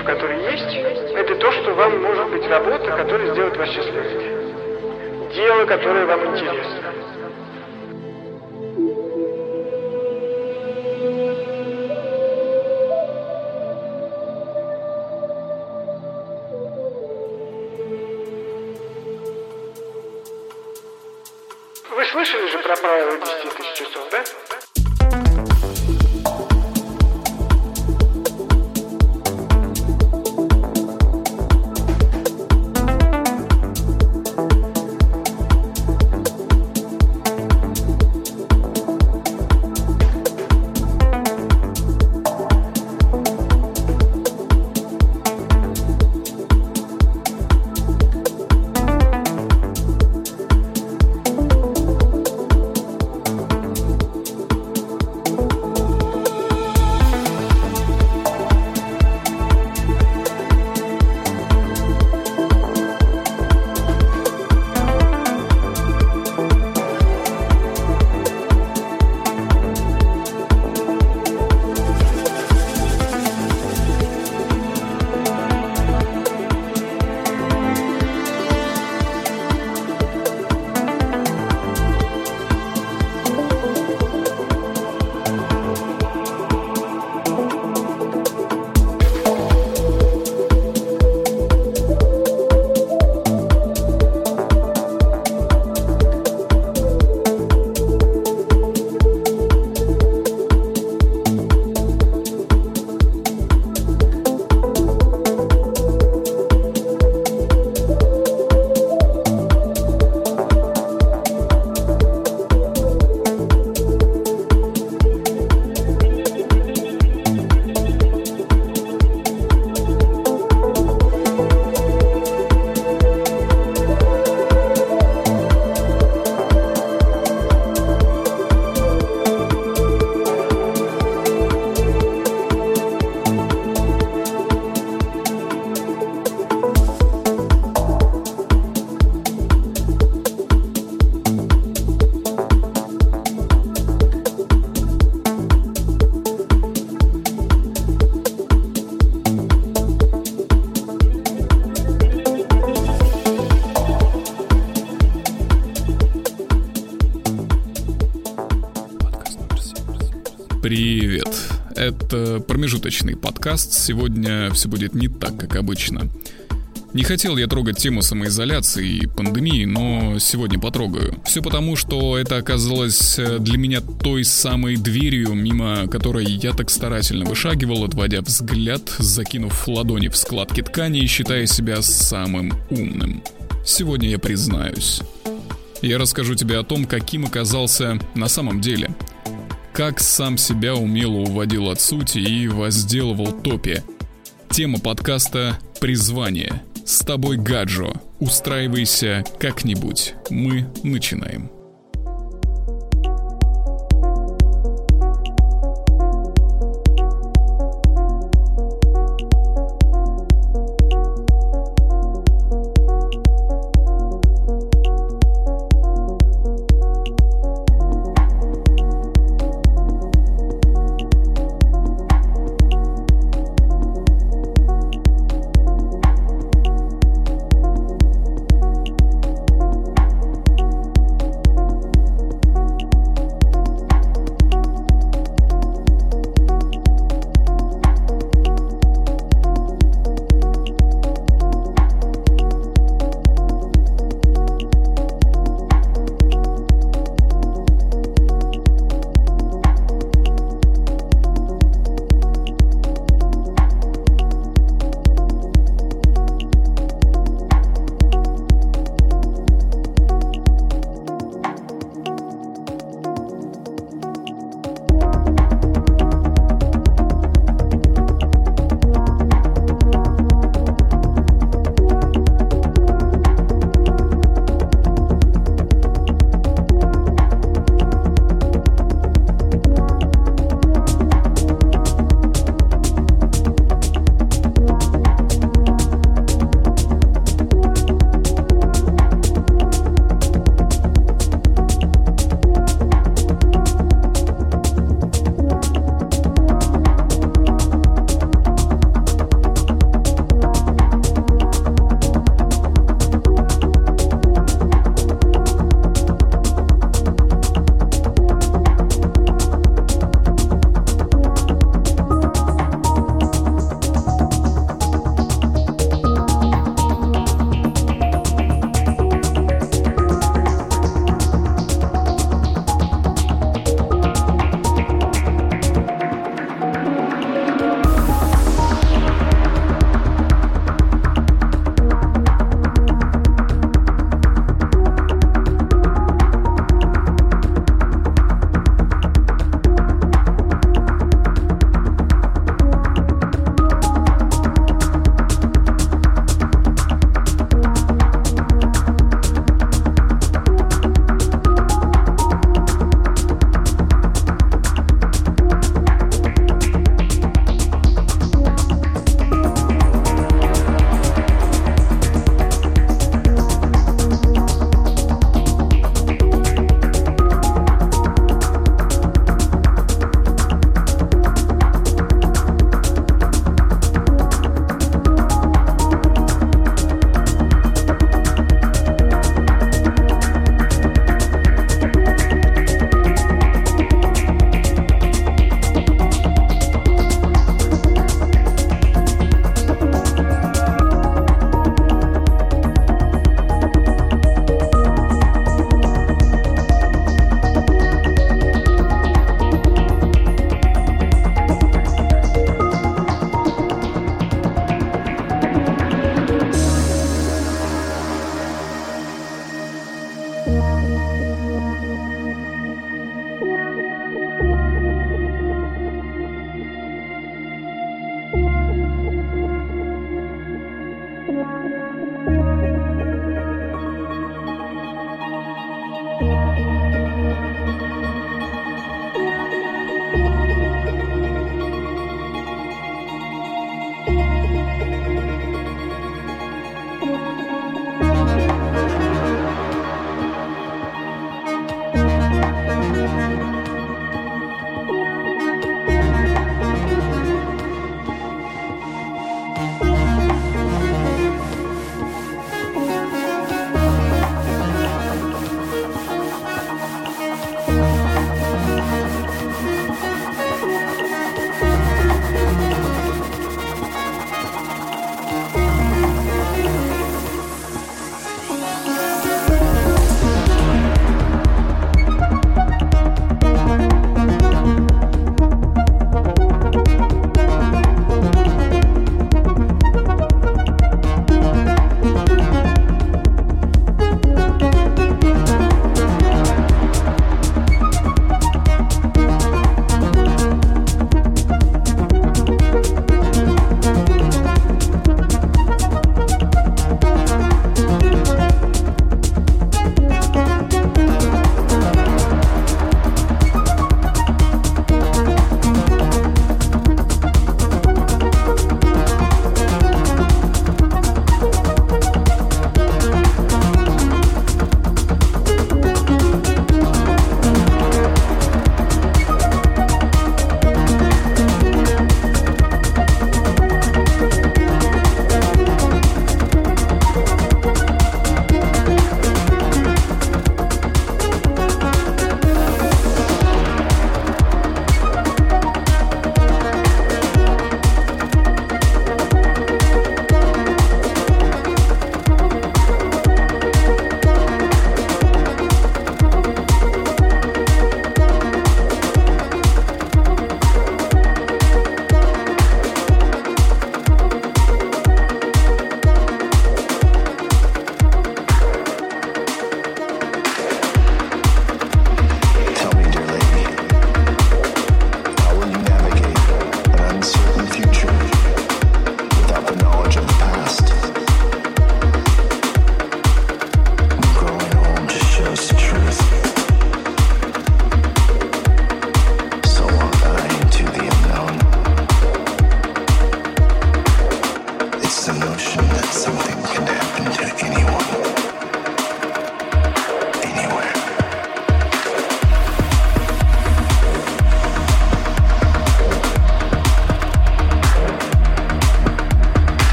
стимулов, которые есть, это то, что вам может быть работа, которая сделает вас счастливыми. Дело, которое вам интересно. Вы слышали же про правило 10 тысяч часов, да? Привет. Это промежуточный подкаст. Сегодня все будет не так, как обычно. Не хотел я трогать тему самоизоляции и пандемии, но сегодня потрогаю. Все потому, что это оказалось для меня той самой дверью, мимо которой я так старательно вышагивал, отводя взгляд, закинув ладони в складки ткани и считая себя самым умным. Сегодня я признаюсь. Я расскажу тебе о том, каким оказался на самом деле. Как сам себя умело уводил от сути и возделывал топи. Тема подкаста «Призвание». С тобой Гаджо. Устраивайся как-нибудь. Мы начинаем.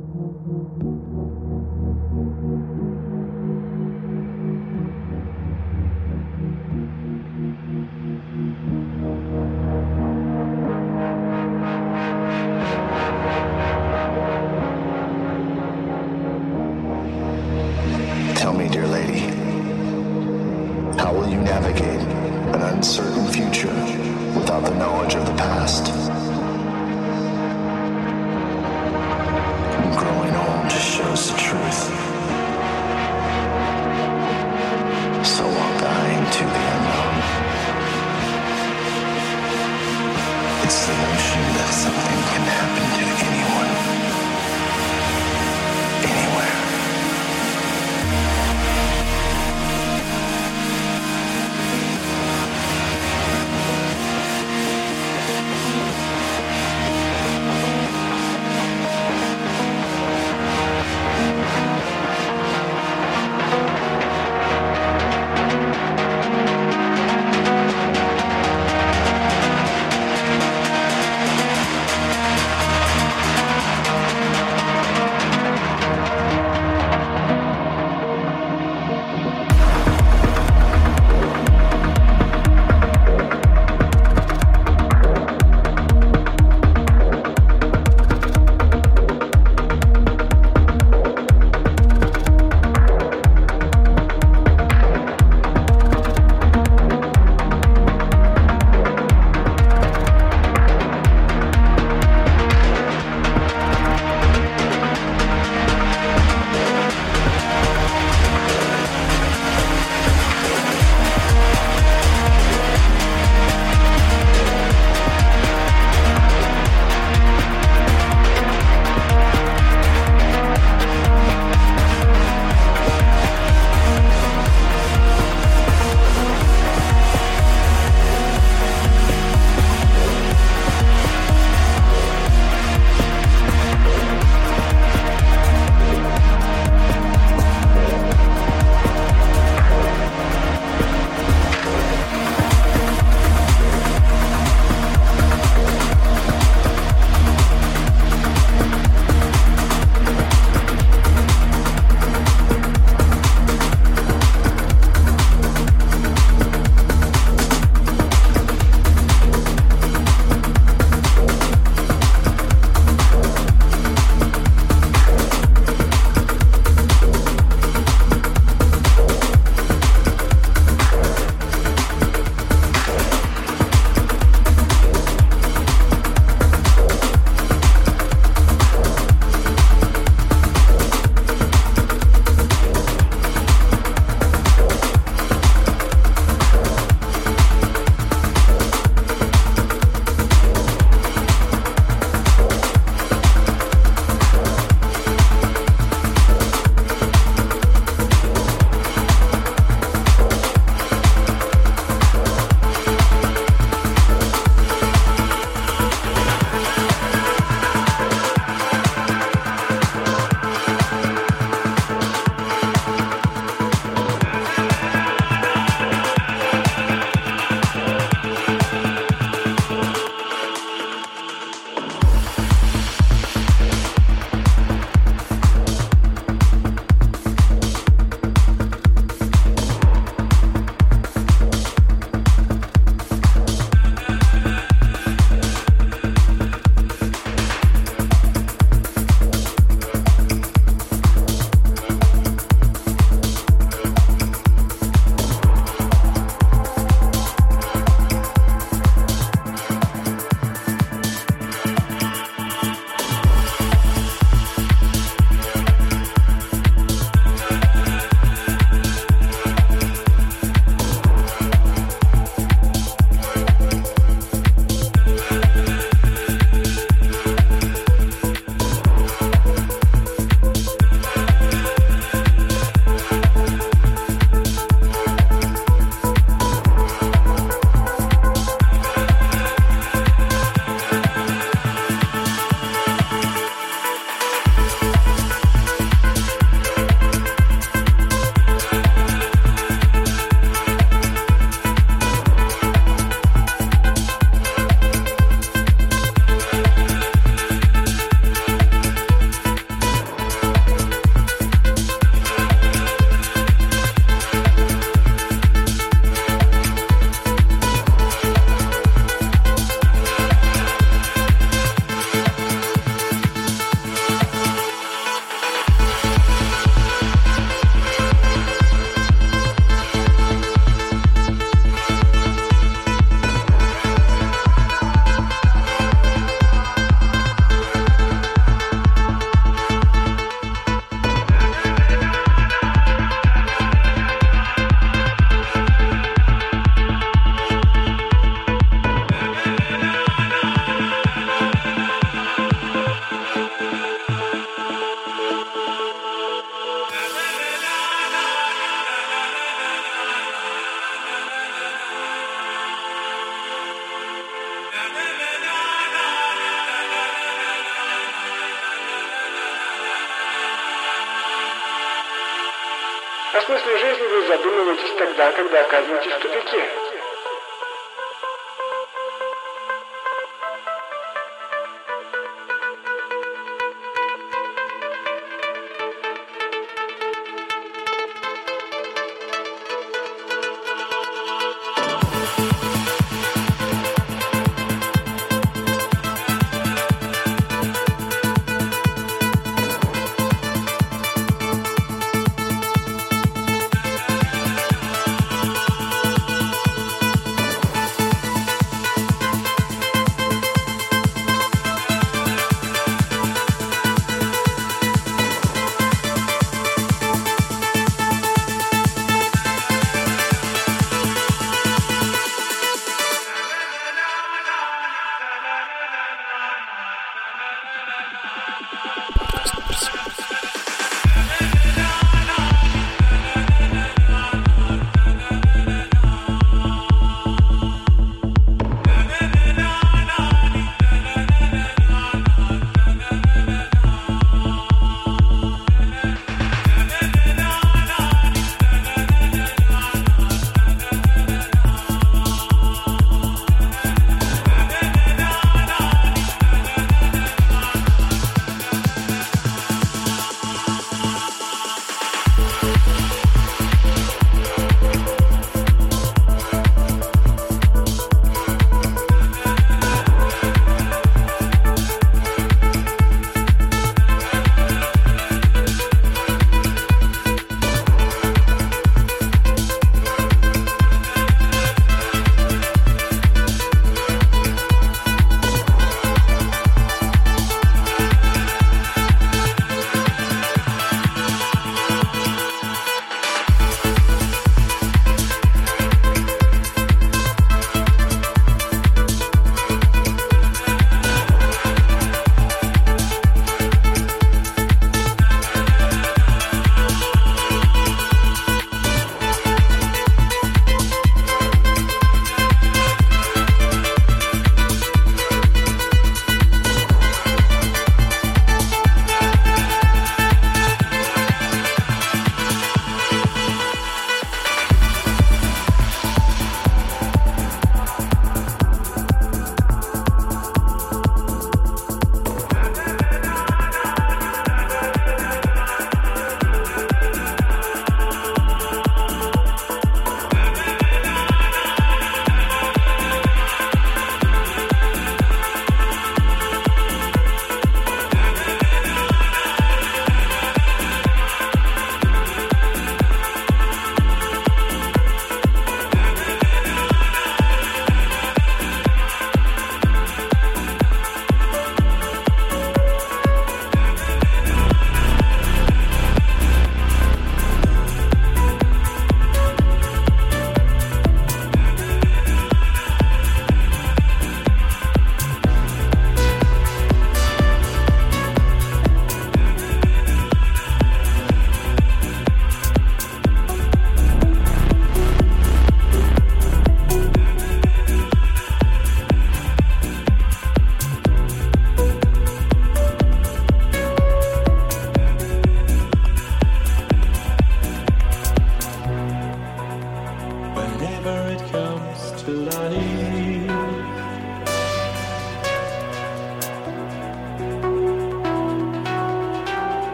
Tell me, dear lady, how will you navigate an uncertain future without the knowledge of the past? Growing old just shows the truth. So walk I into the unknown. It's the notion that something can happen to anyone, anywhere. О смысле жизни вы задумываетесь тогда, когда оказываетесь в тупике.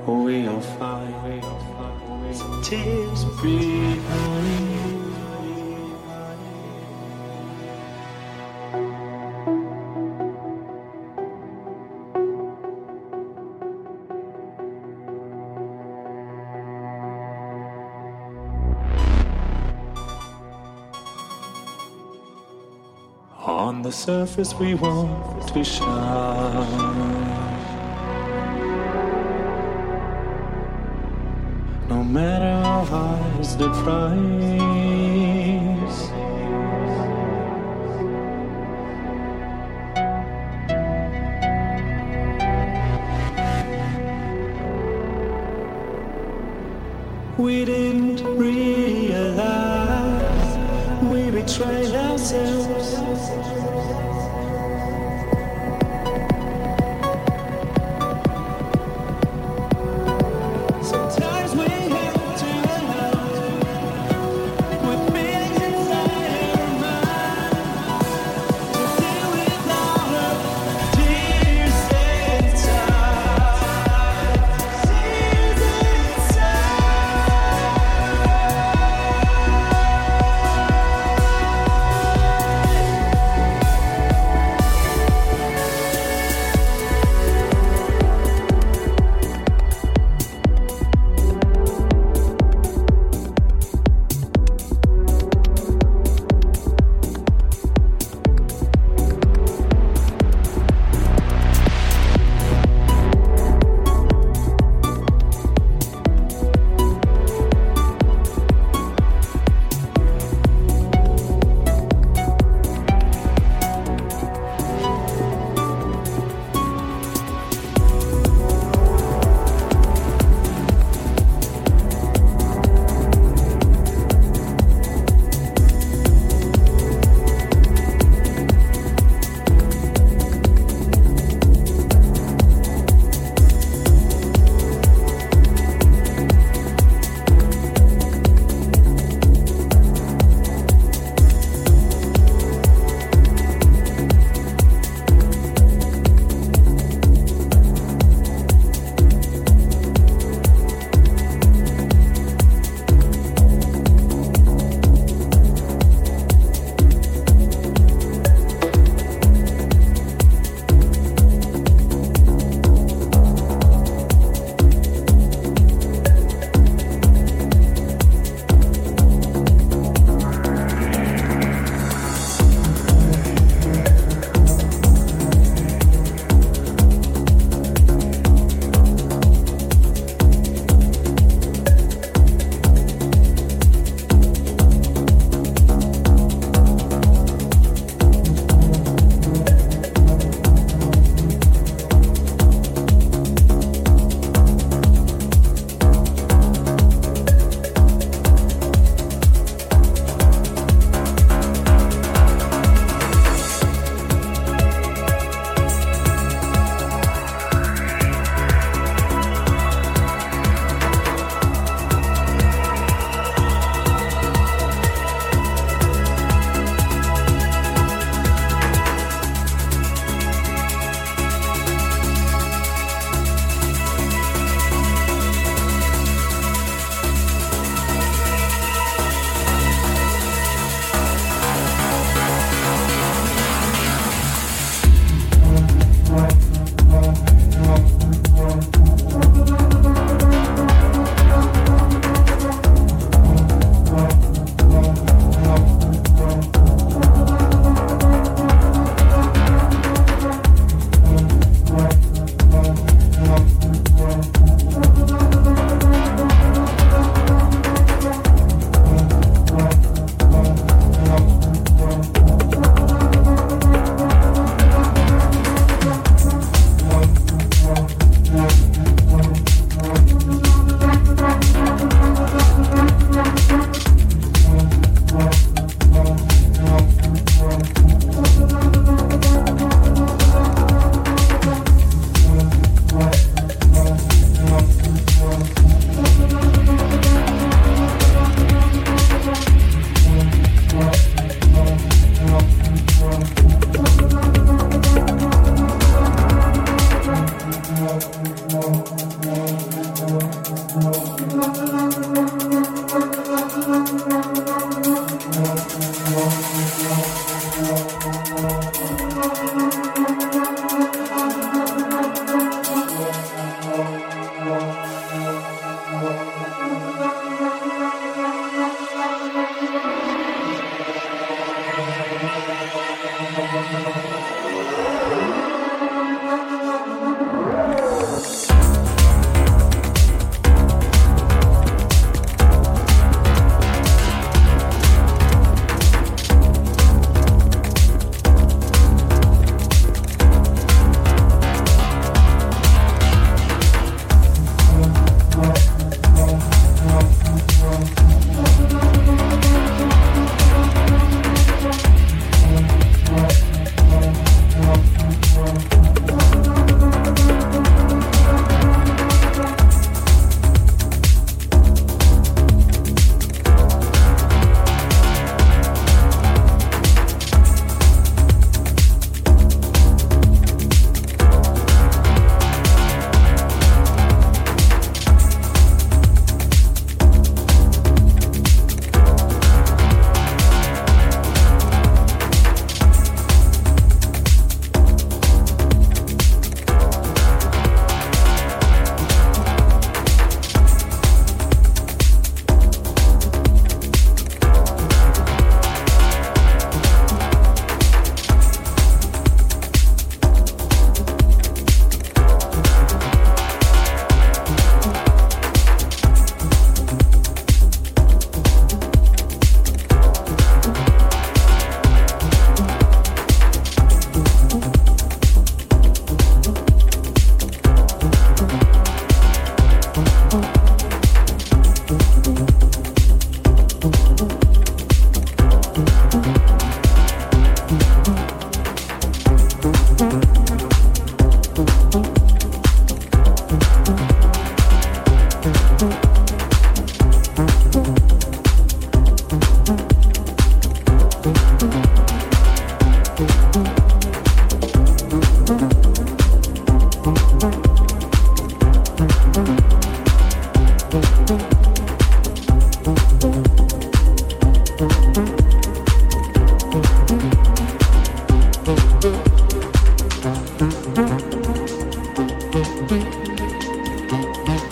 we'll find some tears behind. On the surface we want to shine, no matter how high is the price. We didn't realize we betrayed ourselves. Sometimes we have to allow with feelings inside our mind to deal with our tears inside. Tears inside.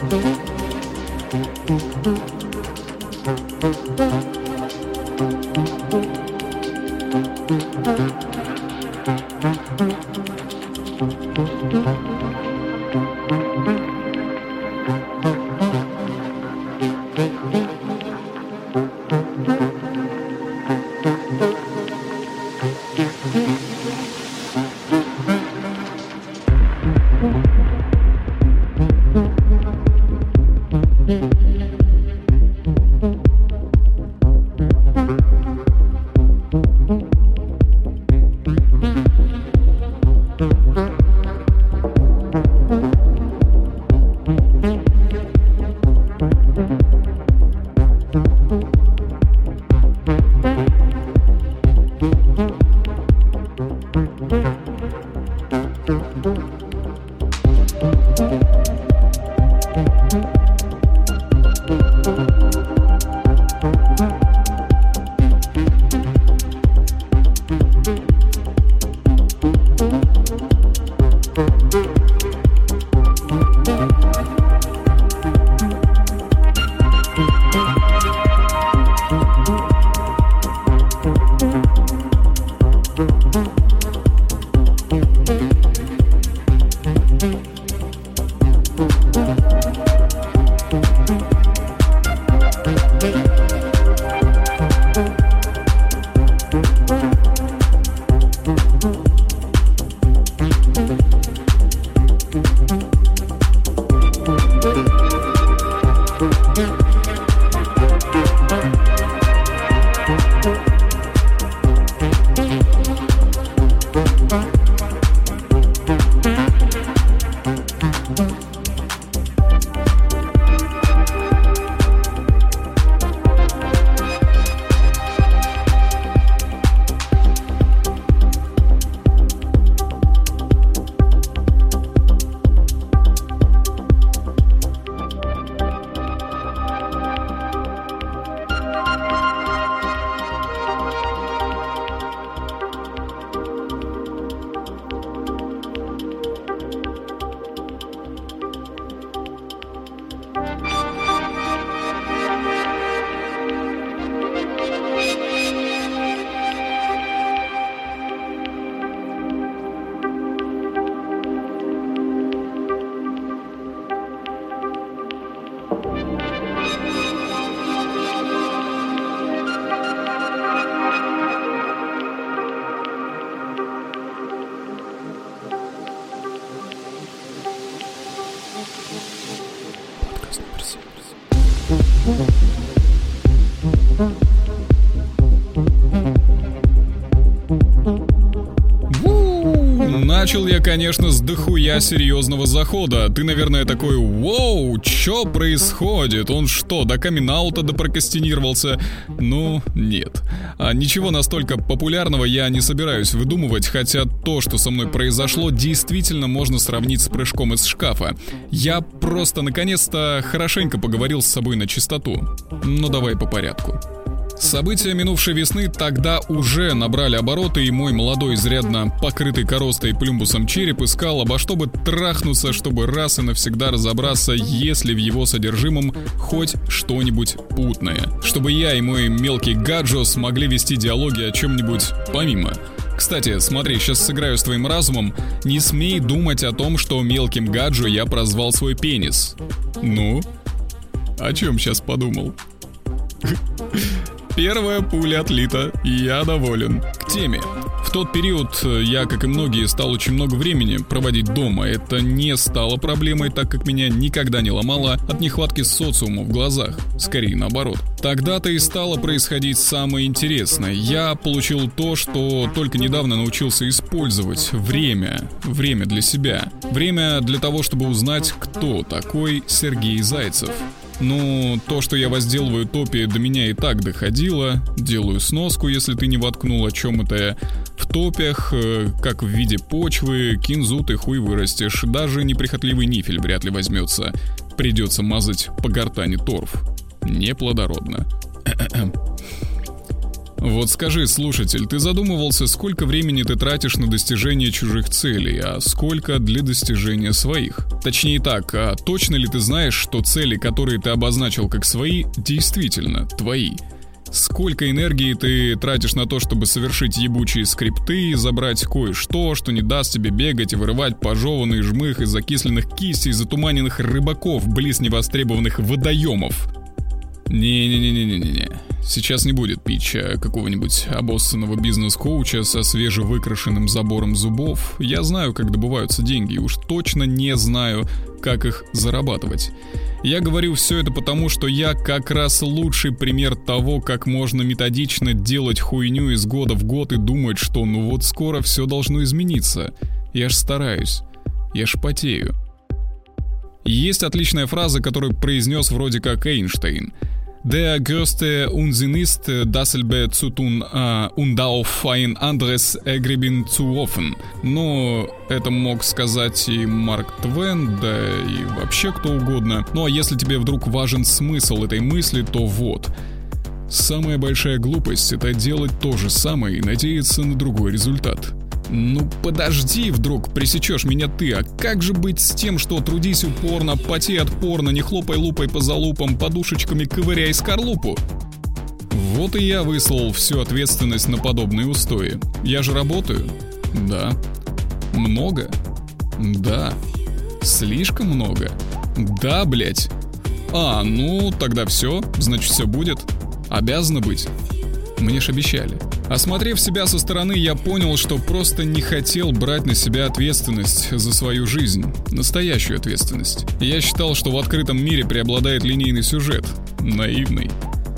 Начал я, конечно, с дохуя серьезного захода. Ты, наверное, такой: «Воу, чё происходит? Он что, до камин-аута допрокрастинировался?» Ну, нет. Ничего настолько популярного я не собираюсь выдумывать, хотя то, что со мной произошло, действительно можно сравнить с прыжком из шкафа. Я просто, наконец-то, хорошенько поговорил с собой на чистоту. Но давай по порядку. События минувшей весны тогда уже набрали обороты, и мой молодой, изрядно покрытый коростой и плюмбусом череп искал обо что бы трахнуться, чтобы раз и навсегда разобраться, есть ли в его содержимом хоть что-нибудь путное. Чтобы я и мой мелкий гаджо смогли вести диалоги о чем-нибудь помимо. Кстати, смотри, сейчас сыграю с твоим разумом. Не смей думать о том, что мелким гаджо я прозвал свой пенис. Ну? О чем сейчас подумал? Первая пуля отлита, и я доволен. К теме. В тот период я, как и многие, стал очень много времени проводить дома. Это не стало проблемой, так как меня никогда не ломало от нехватки социума в глазах. Скорее наоборот. Тогда-то и стало происходить самое интересное. Я получил то, что только недавно научился использовать. Время. Время для себя. Время для того, чтобы узнать, кто такой Сергей Зайцев. Ну, то, что я возделываю топи, до меня и так доходило. Делаю сноску, если ты не воткнул, о чем это я. В топях, как в виде почвы, кинзу ты хуй вырастешь. Даже неприхотливый нифель вряд ли возьмется. Придется мазать по гортани торф. Неплодородно. Вот скажи, слушатель, ты задумывался, сколько времени ты тратишь на достижение чужих целей, а сколько для достижения своих? Точнее так, а точно ли ты знаешь, что цели, которые ты обозначил как свои, действительно твои? Сколько энергии ты тратишь на то, чтобы совершить ебучие скрипты, забрать кое-что, что не даст тебе бегать и вырывать пожеванный жмых из закисленных кистей затуманенных рыбаков близ невостребованных водоемов? Не-не-не-не-не-не. Сейчас не будет питча какого-нибудь обоссанного бизнес-коуча со свежевыкрашенным забором зубов. Я знаю, как добываются деньги, и уж точно не знаю, как их зарабатывать. Я говорю все это потому, что я как раз лучший пример того, как можно методично делать хуйню из года в год и думать, что ну вот скоро все должно измениться. Я ж стараюсь. Я ж потею. Есть отличная фраза, которую произнес вроде как Эйнштейн. Der größte Unsinn ist, dasselbe zu tun und auf ein anderes Ergeben zu hoffen. Но это мог сказать и Марк Твен, да и вообще кто угодно. Ну а если тебе вдруг важен смысл этой мысли, то вот. Самая большая глупость — это делать то же самое и надеяться на другой результат. Ну подожди, вдруг пресечешь меня ты, а как же быть с тем, что трудись упорно, потей отпорно, не хлопай лупой по залупам, подушечками ковыряй скорлупу? Вот и я выслал всю ответственность на подобные устои. Я же работаю? Да. Много? Да. Слишком много? Да, блять. Ну тогда все, значит все будет. Обязано быть. Мне ж обещали. Осмотрев себя со стороны, я понял, что просто не хотел брать на себя ответственность за свою жизнь. Настоящую ответственность. Я считал, что в открытом мире преобладает линейный сюжет. Наивный.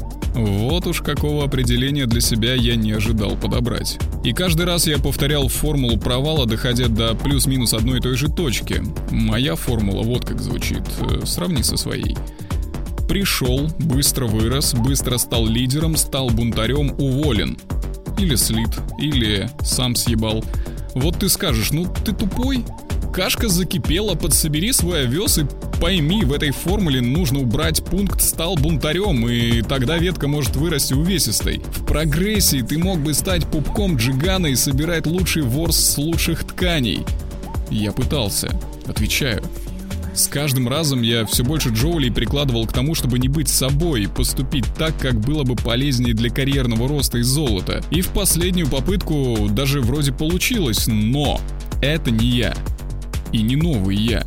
Вот уж какого определения для себя я не ожидал подобрать. И каждый раз я повторял формулу провала, доходя до плюс-минус одной и той же точки. Моя формула вот как звучит. Сравни со своей. Пришел, быстро вырос, быстро стал лидером, стал бунтарем, уволен. Или слит, или сам съебал. Вот ты скажешь, ну ты тупой? Кашка закипела, подсобери свой овес и пойми, в этой формуле нужно убрать пункт «стал бунтарем», и тогда ветка может вырасти увесистой. В прогрессии ты мог бы стать пупком Джигана и собирать лучший ворс с лучших тканей. Я пытался, отвечаю. С каждым разом я все больше джоулей прикладывал к тому, чтобы не быть собой и поступить так, как было бы полезнее для карьерного роста и золота. И в последнюю попытку даже вроде получилось, но это не я. И не новый я.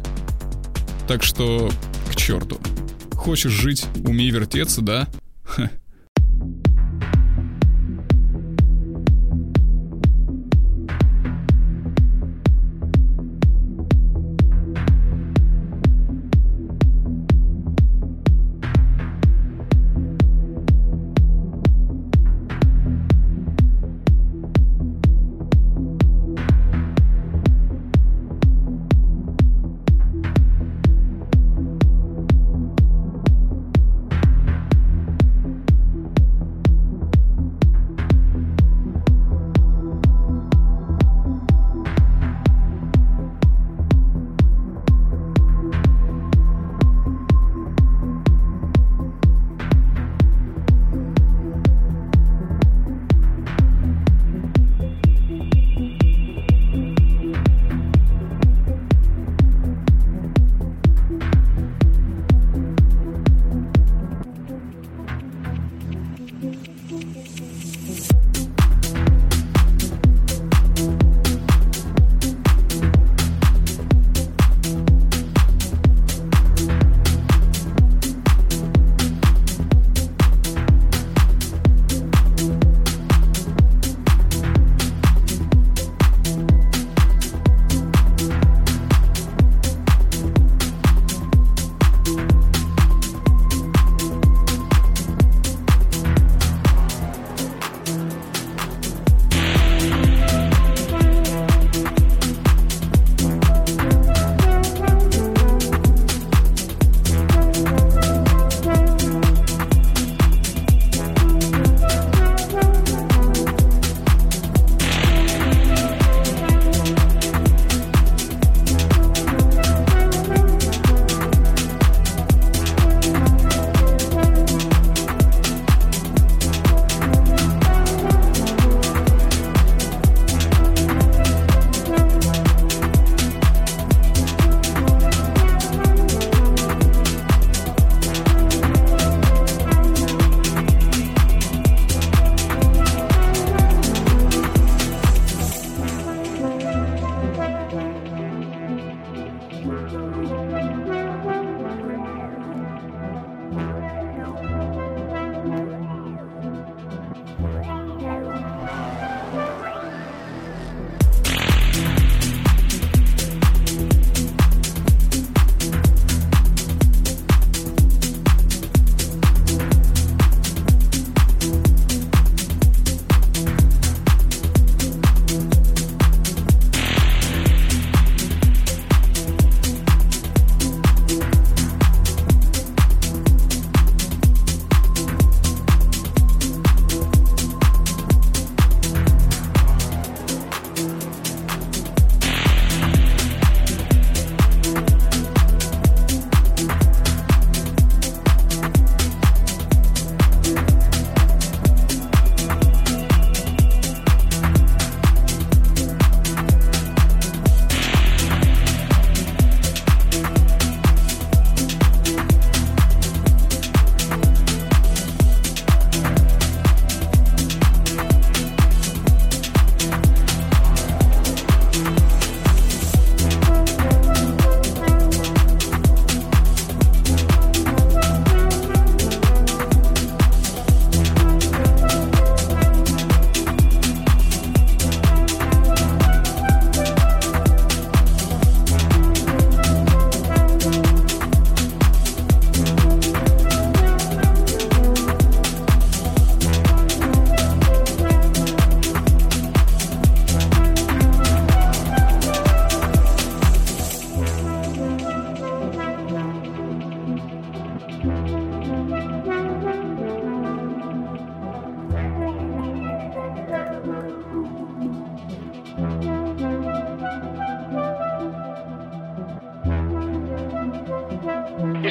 Так что к черту. Хочешь жить, умей вертеться, да? Ха.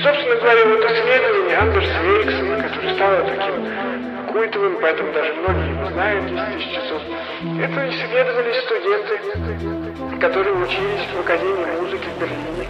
собственно говоря, вот исследование Андерса Эриксона, которое стало таким культовым, поэтому даже многие его знают 10 тысяч часов, это исследовали студенты, которые учились в Академии музыки в Берлине.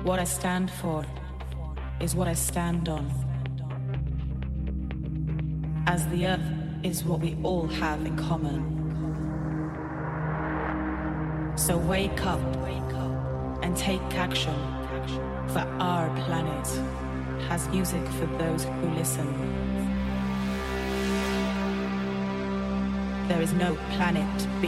What I stand for is what I stand on. As the earth is what we all have in common. So wake up and take action, for our planet has music for those who listen. There is no planet B.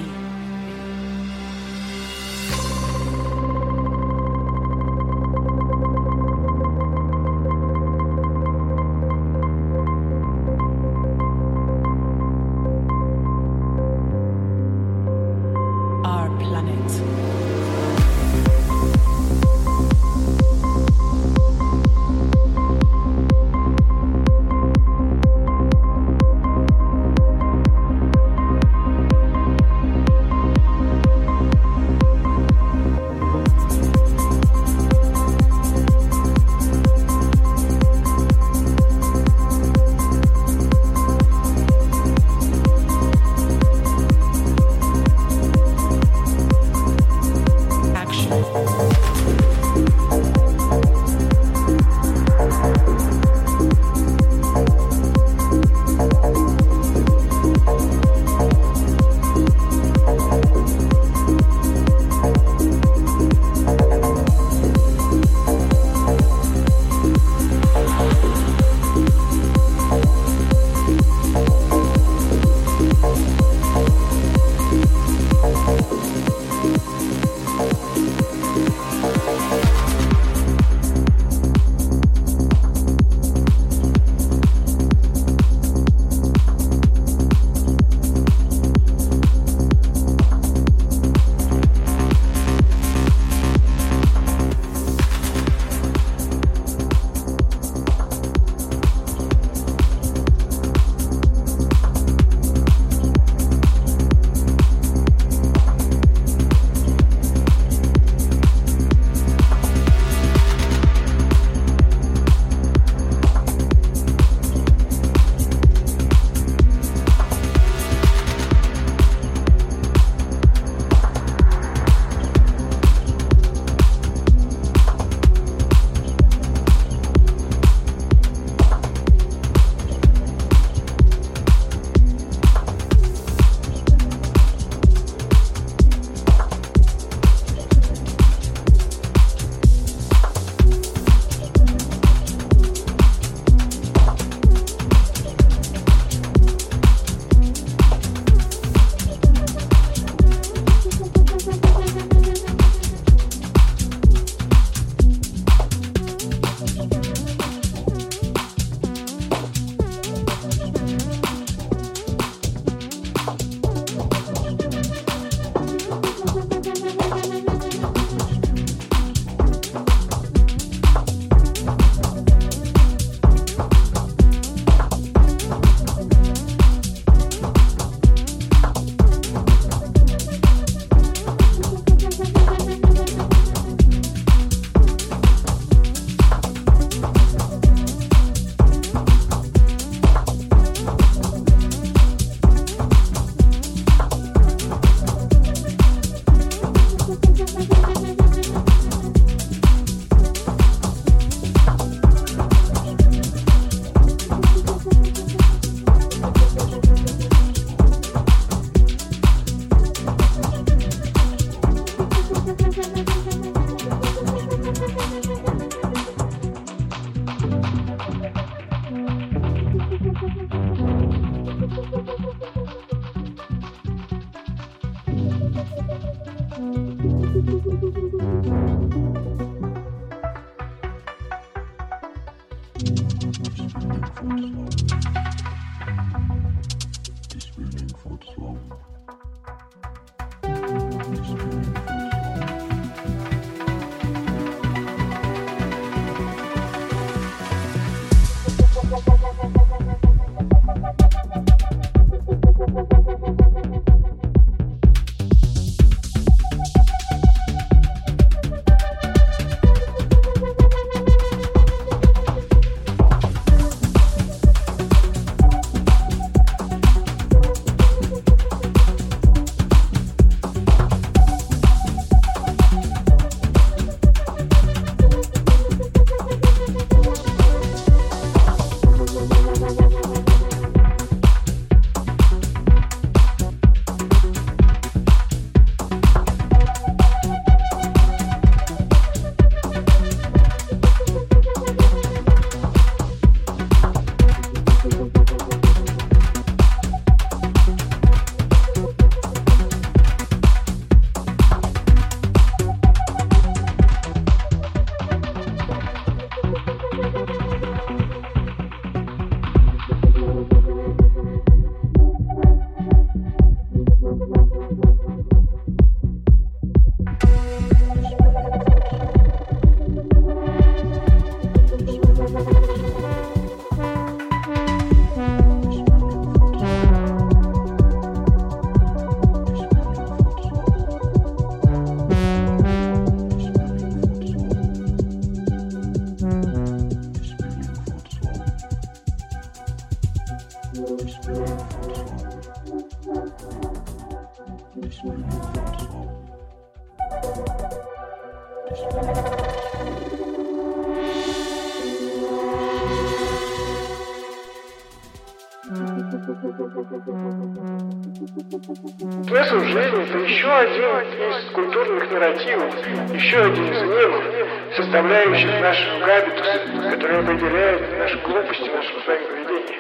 Смысл жизни – это еще один из культурных нарративов, еще один из мемов, составляющих наши габитусы, которые определяют нашу глупость и наше с вами поведение.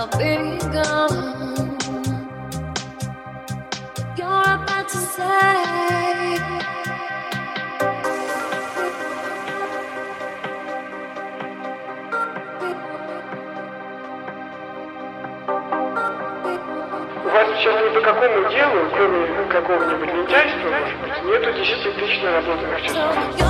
I'll be gone. You're about to say У вас сейчас ни по какому делу, кроме какого-нибудь лентяйства, может быть, нету 10 тысяч наработанных часов.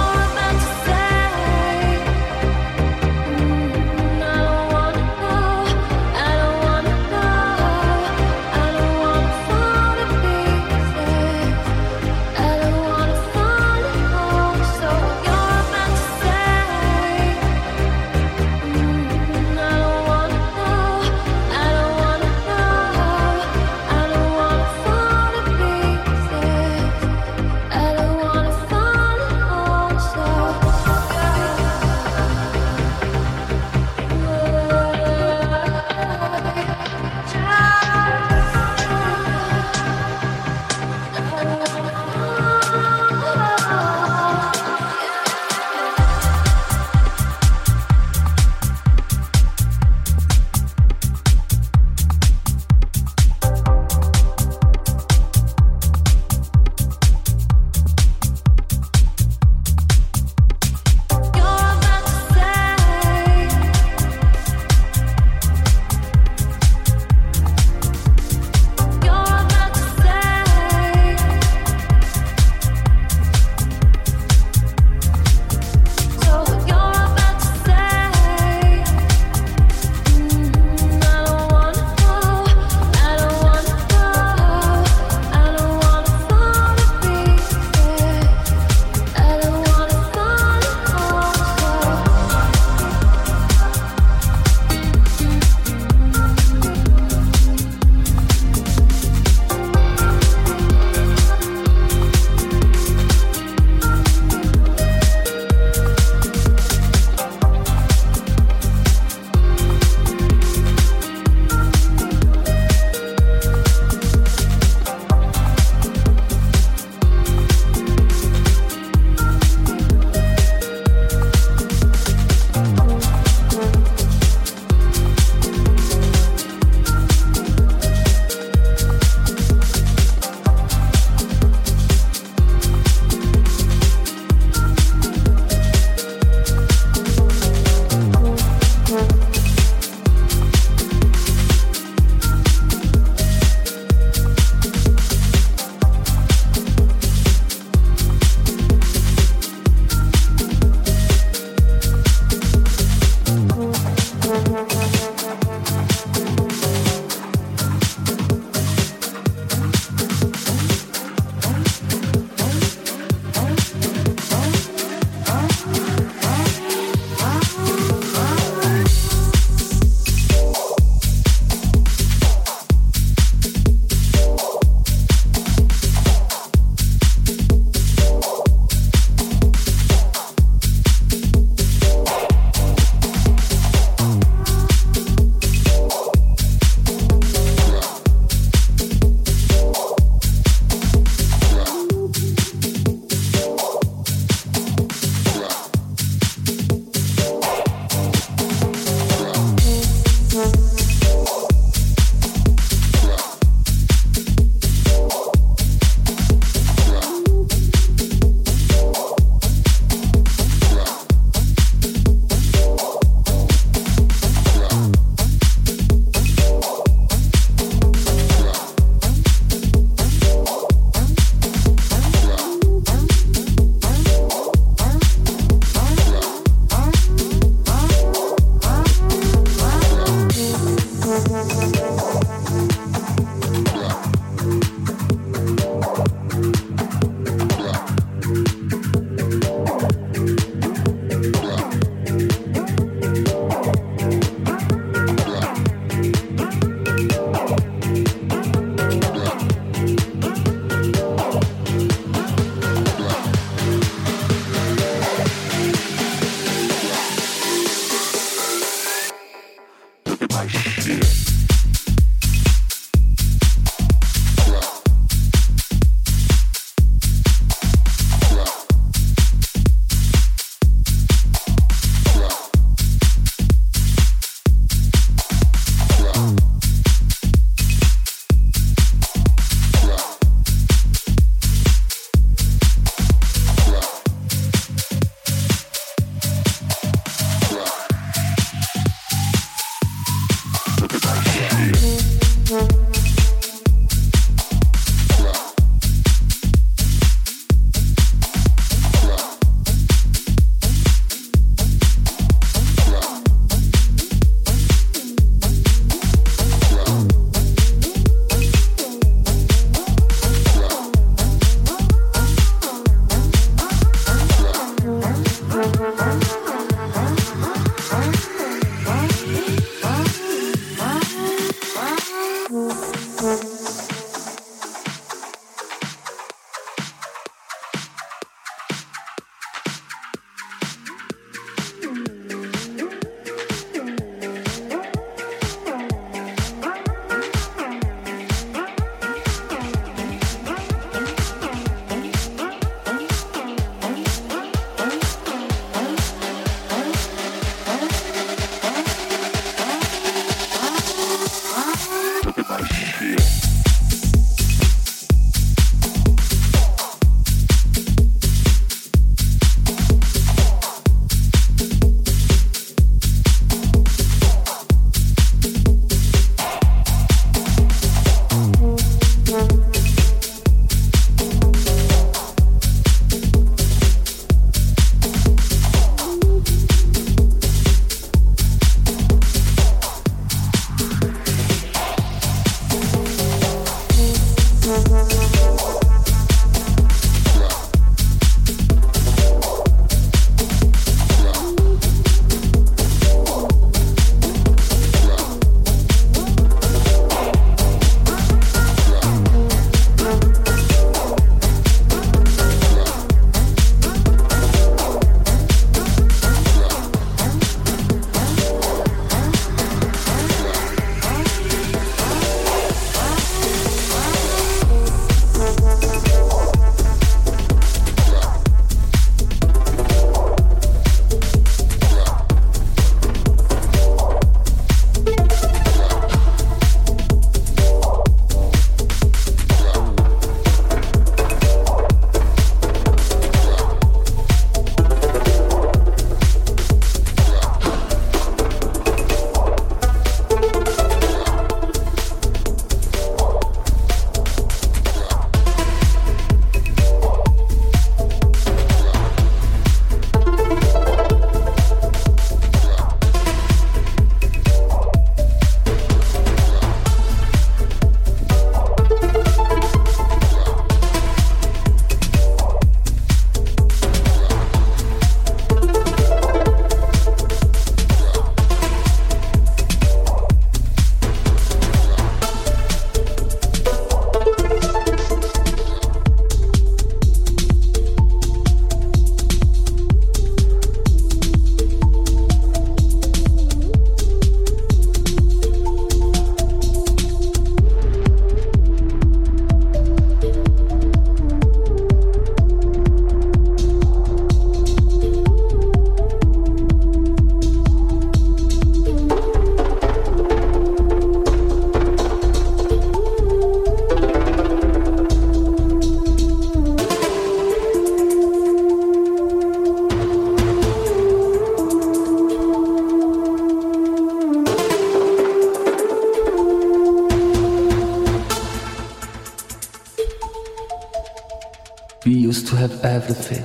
We used to have everything.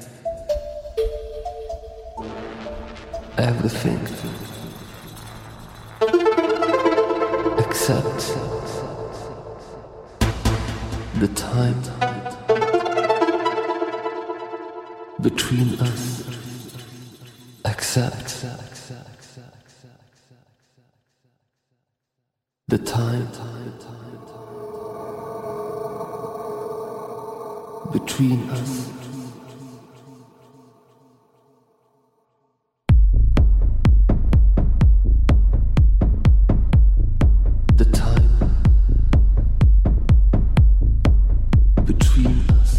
Everything. Except the time between us. Except the time between us. The time between us.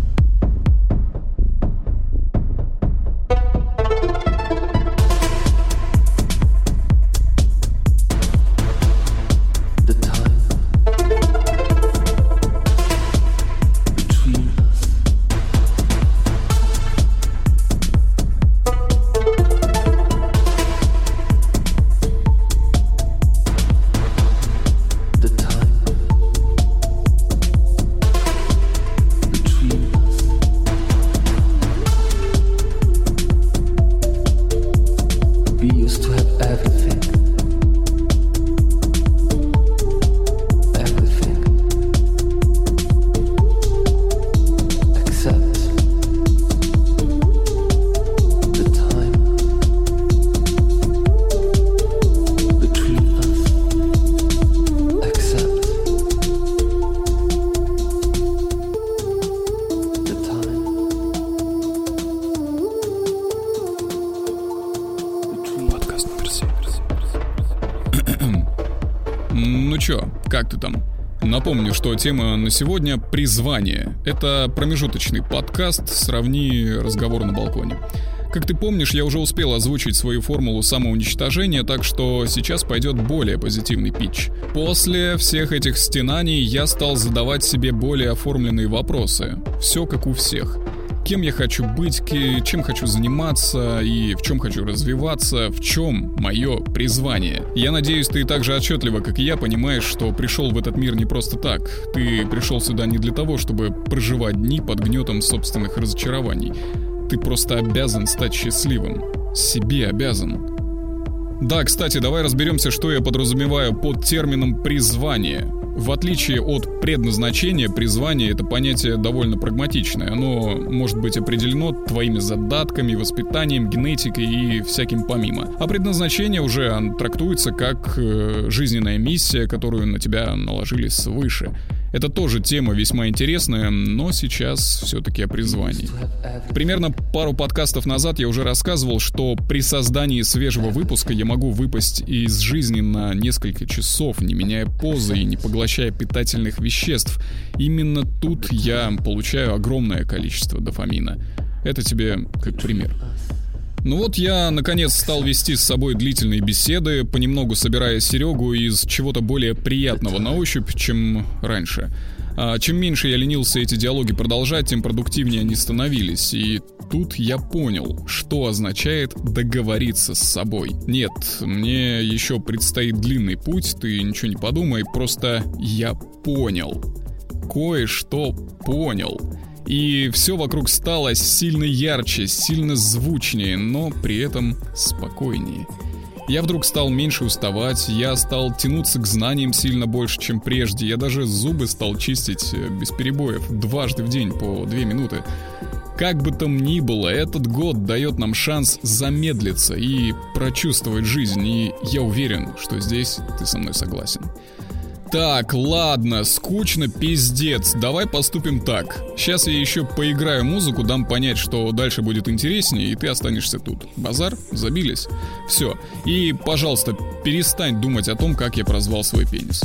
The time between us. The time between us. We used to have everything. Everything. Except the time between us. Except the time between Подкаст номер 7. Ну чё, как ты там? Напомню, что тема на сегодня — призвание. Это промежуточный подкаст, сравни разговор на балконе. Как ты помнишь, я уже успел озвучить свою формулу самоуничтожения, так что сейчас пойдет более позитивный питч. После всех этих стенаний я стал задавать себе более оформленные вопросы. Все как у всех. Кем я хочу быть, чем хочу заниматься и в чем хочу развиваться, в чем мое призвание. Я надеюсь, ты так же отчетливо, как и я, понимаешь, что пришел в этот мир не просто так. Ты пришел сюда не для того, чтобы проживать дни под гнетом собственных разочарований. Ты просто обязан стать счастливым. Себе обязан. Да, кстати, давай разберемся, что я подразумеваю под термином «призвание». В отличие от предназначения, призвание — это понятие довольно прагматичное. Оно может быть определено твоими задатками, воспитанием, генетикой и всяким помимо. А предназначение уже трактуется как жизненная миссия, которую на тебя наложили свыше. Это тоже тема весьма интересная, но сейчас все-таки о призвании. Примерно пару подкастов назад я уже рассказывал, что при создании свежего выпуска я могу выпасть из жизни на несколько часов, не меняя позы и не поглощая питательных веществ. Именно тут я получаю огромное количество дофамина. Это тебе как пример. Ну вот я, наконец, стал вести с собой длительные беседы, понемногу собирая Серегу из чего-то более приятного на ощупь, чем раньше. А чем меньше я ленился эти диалоги продолжать, тем продуктивнее они становились. И тут я понял, что означает договориться с собой. Нет, мне еще предстоит длинный путь, ты ничего не подумай, просто я понял. Кое-что понял. И все вокруг стало сильно ярче, сильно звучнее, но при этом спокойнее. Я вдруг стал меньше уставать, я стал тянуться к знаниям сильно больше, чем прежде. Я даже зубы стал чистить без перебоев, дважды в день по 2 минуты. Как бы там ни было, этот год дает нам шанс замедлиться и прочувствовать жизнь. И я уверен, что здесь ты со мной согласен. Так, ладно, скучно, пиздец. Давай поступим так. Сейчас я еще поиграю музыку, дам понять, что дальше будет интереснее, и ты останешься тут. Базар? Забились? Все. И, пожалуйста, перестань думать о том, как я прозвал свой пенис.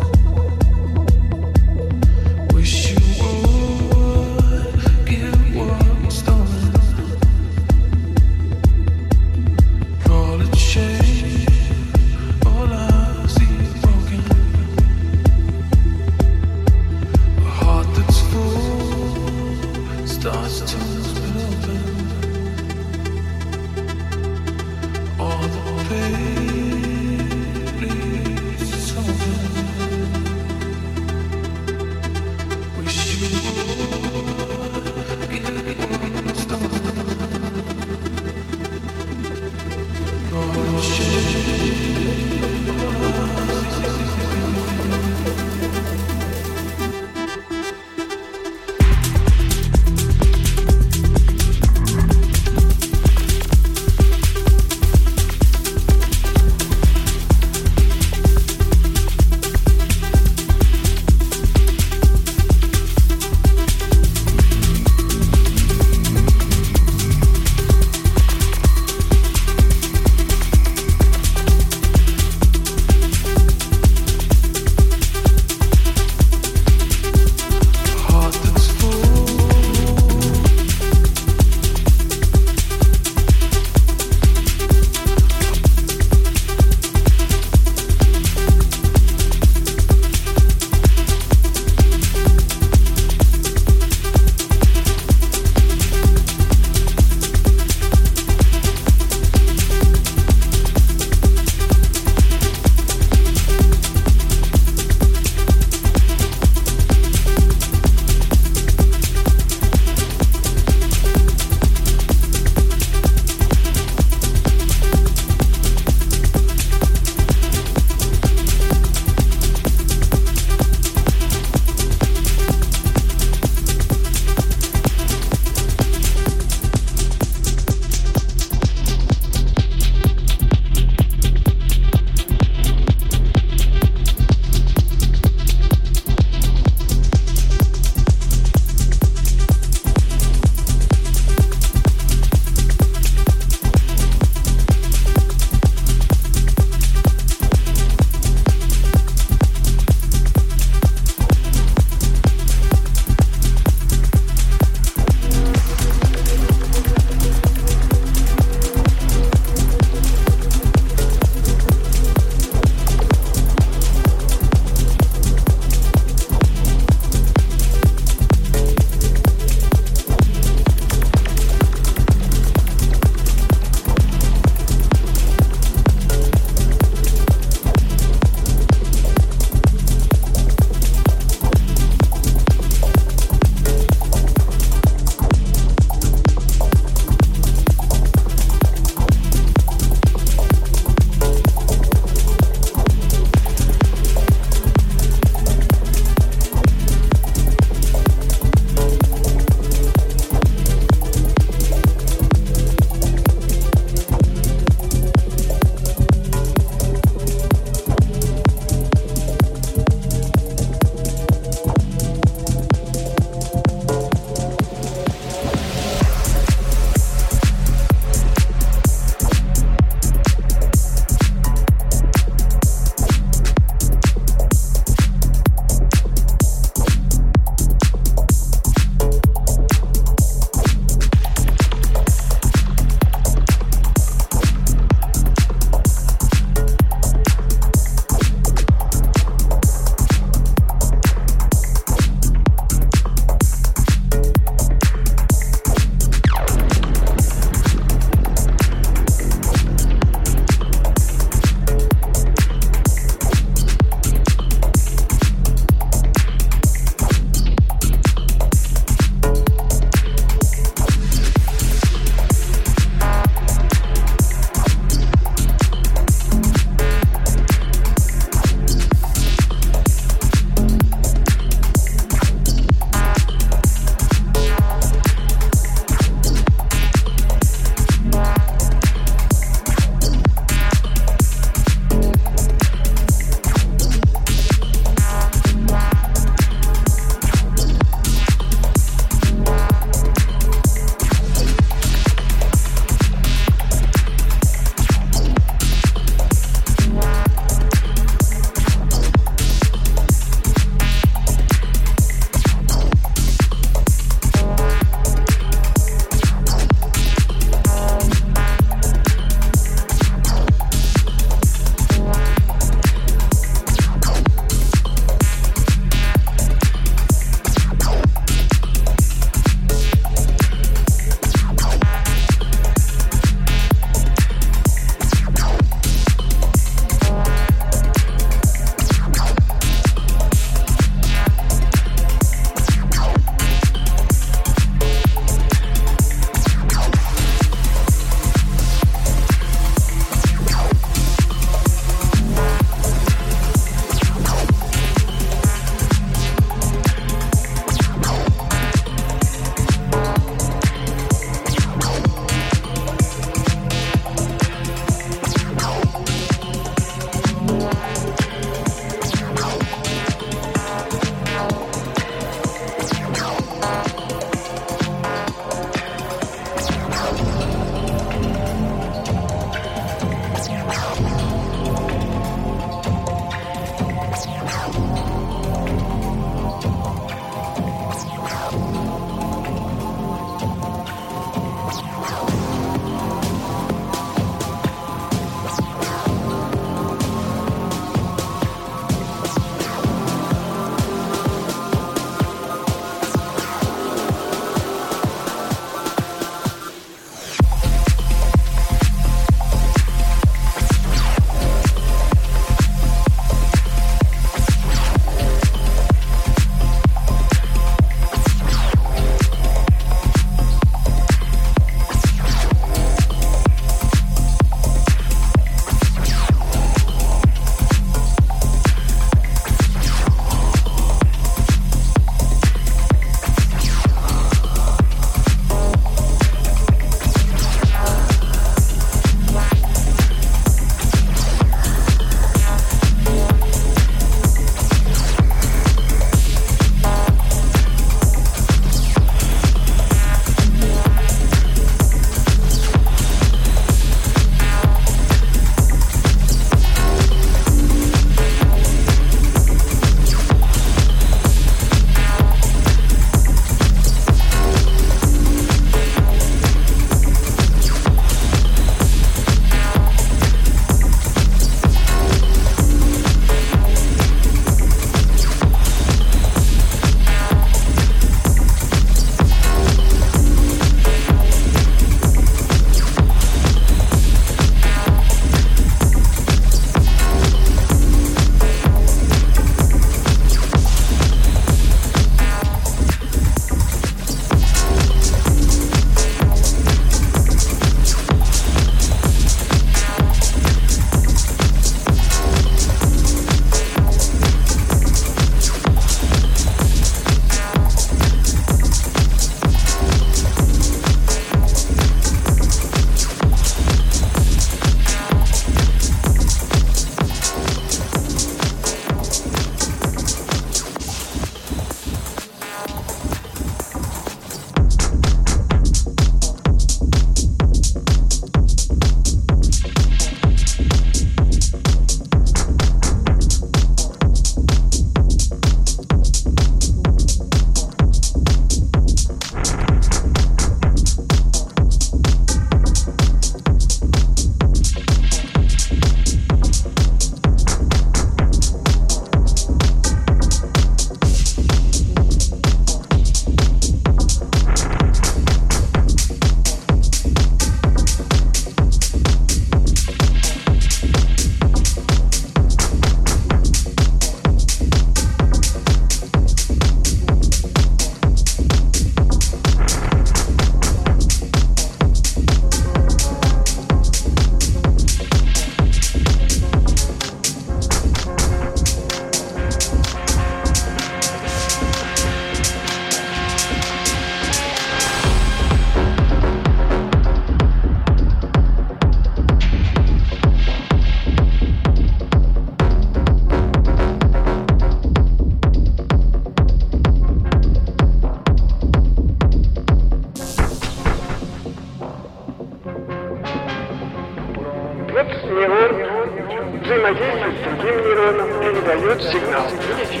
Видите?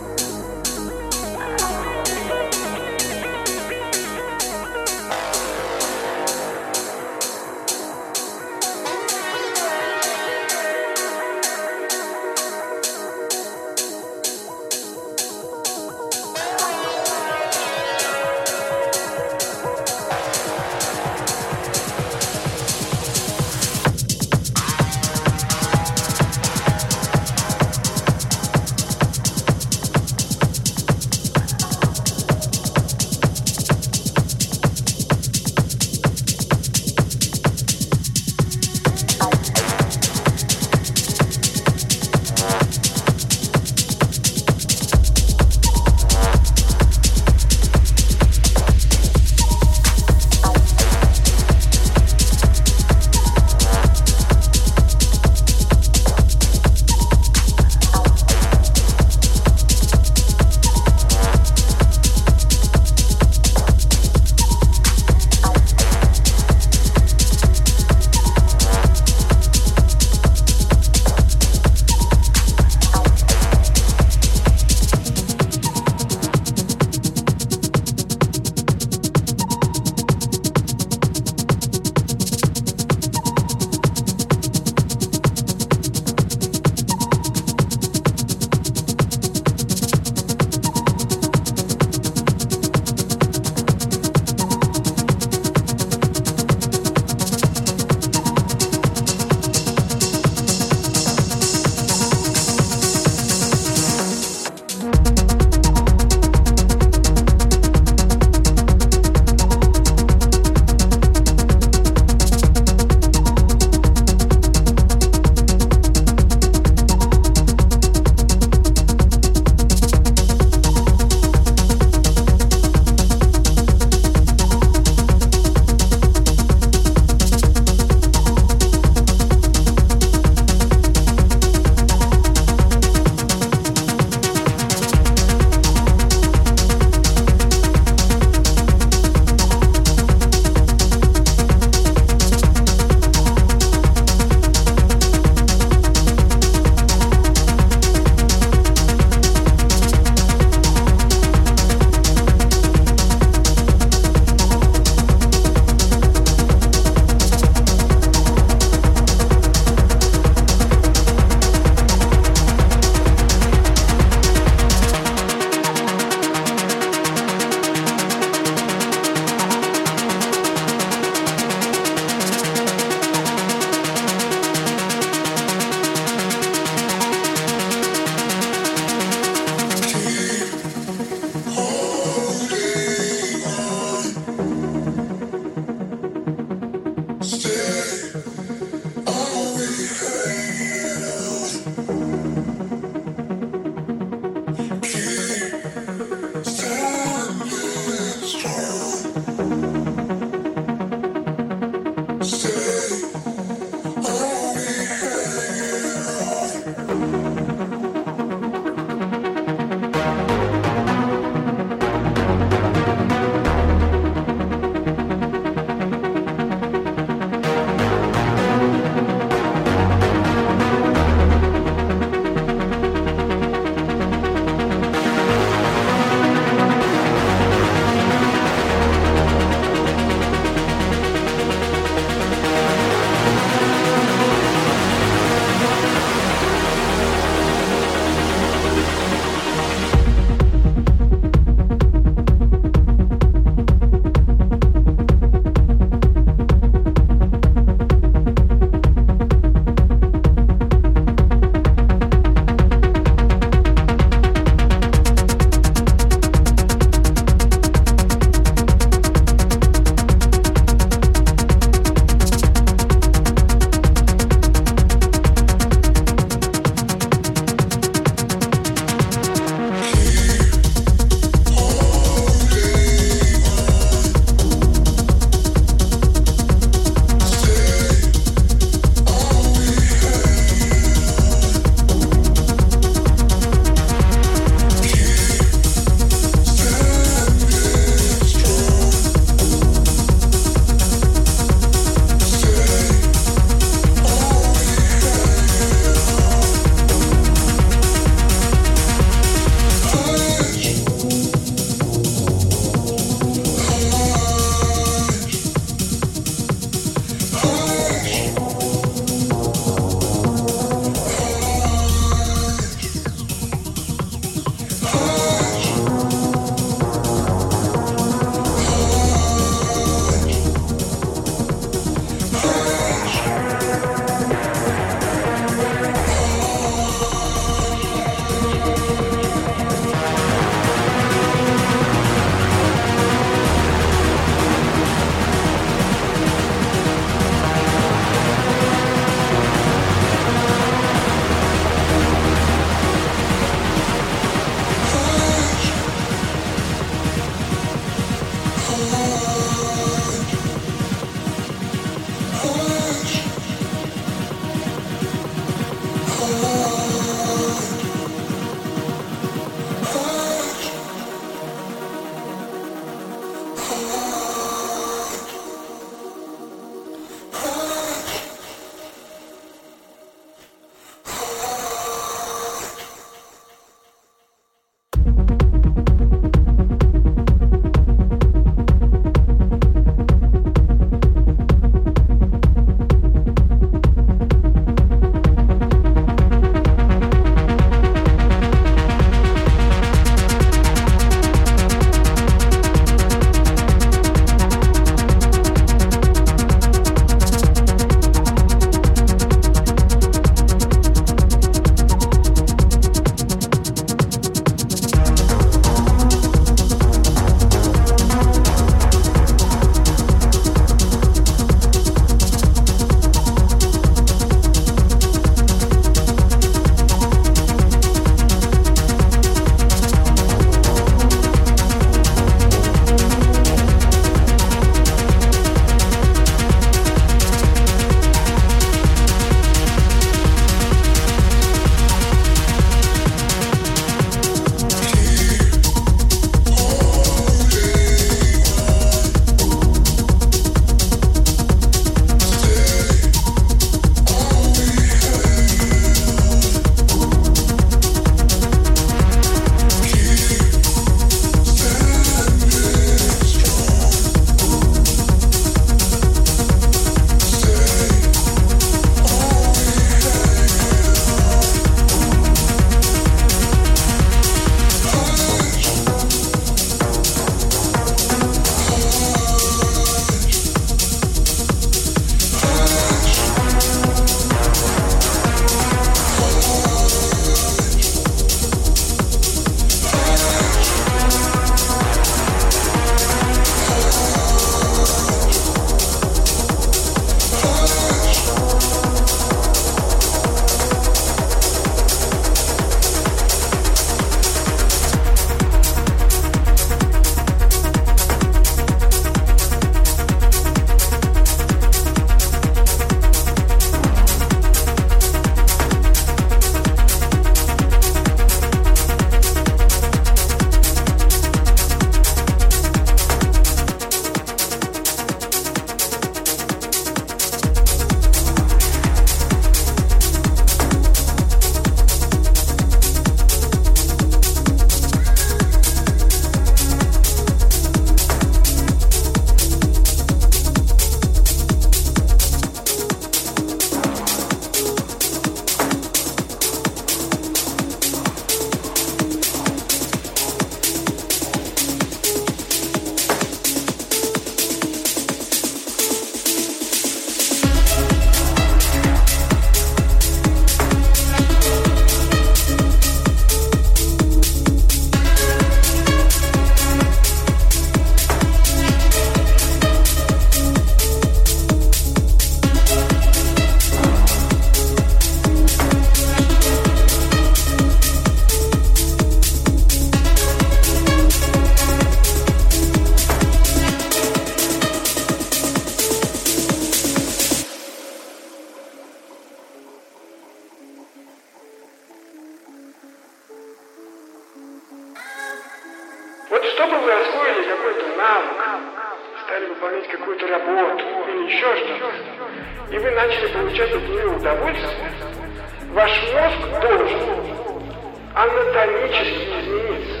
выполнять какую-то работу или еще что-то, и вы начали получать от нее удовольствие, ваш мозг должен анатомически измениться.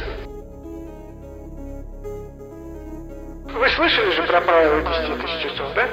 Вы слышали же про правило 10 тысяч часов, да?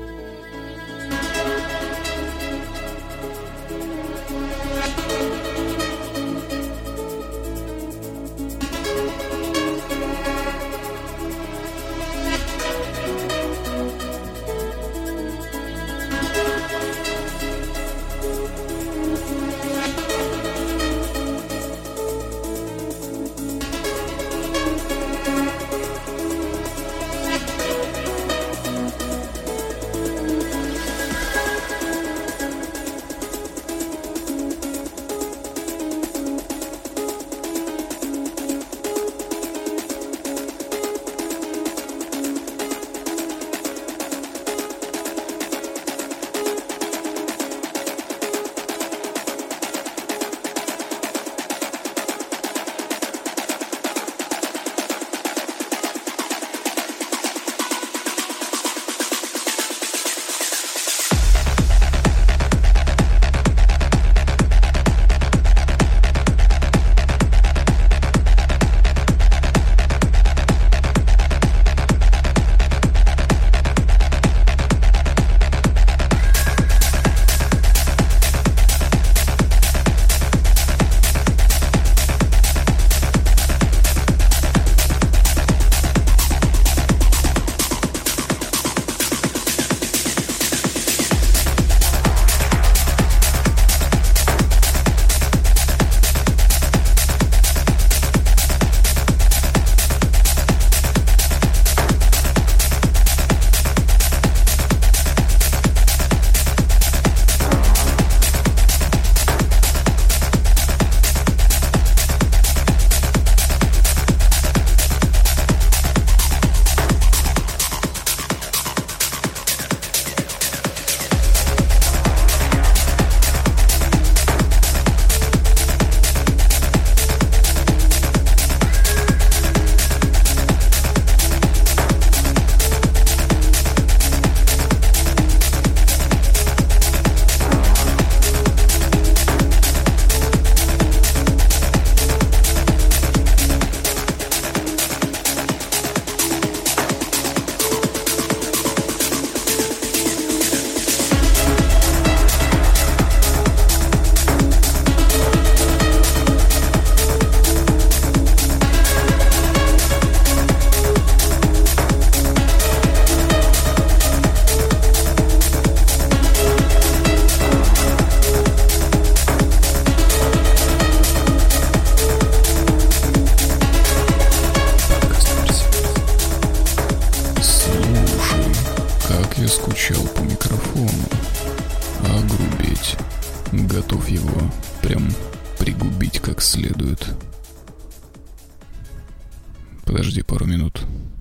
Готов его прям пригубить как следует. Подожди пару минут.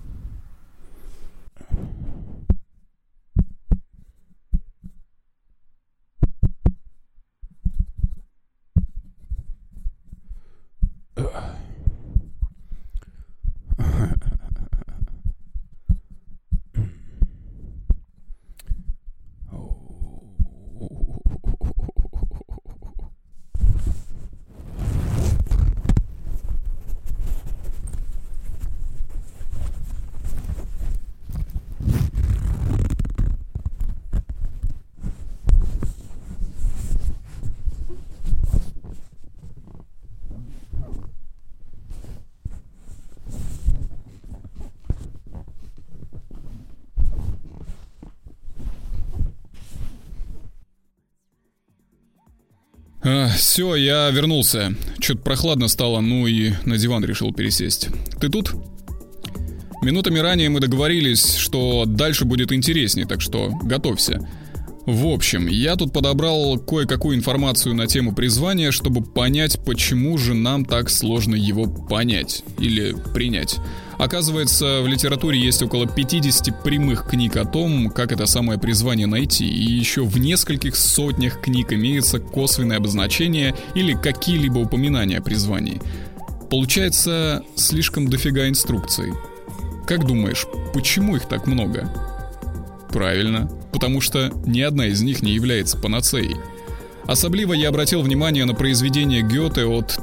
Все, я вернулся. Чё-то прохладно стало, ну и на диван решил пересесть. Ты тут? Минутами ранее мы договорились, что дальше будет интереснее, так что готовься. В общем, я тут подобрал кое-какую информацию на тему призвания, чтобы понять, почему же нам так сложно его понять или принять. Оказывается, в литературе есть около 50 прямых книг о том, как это самое призвание найти, и еще в нескольких сотнях книг имеется косвенное обозначение или какие-либо упоминания о призвании. Получается, слишком дофига инструкций. Как думаешь, почему их так много? Правильно, потому что ни одна из них не является панацеей. Особливо я обратил внимание на произведение Гёте от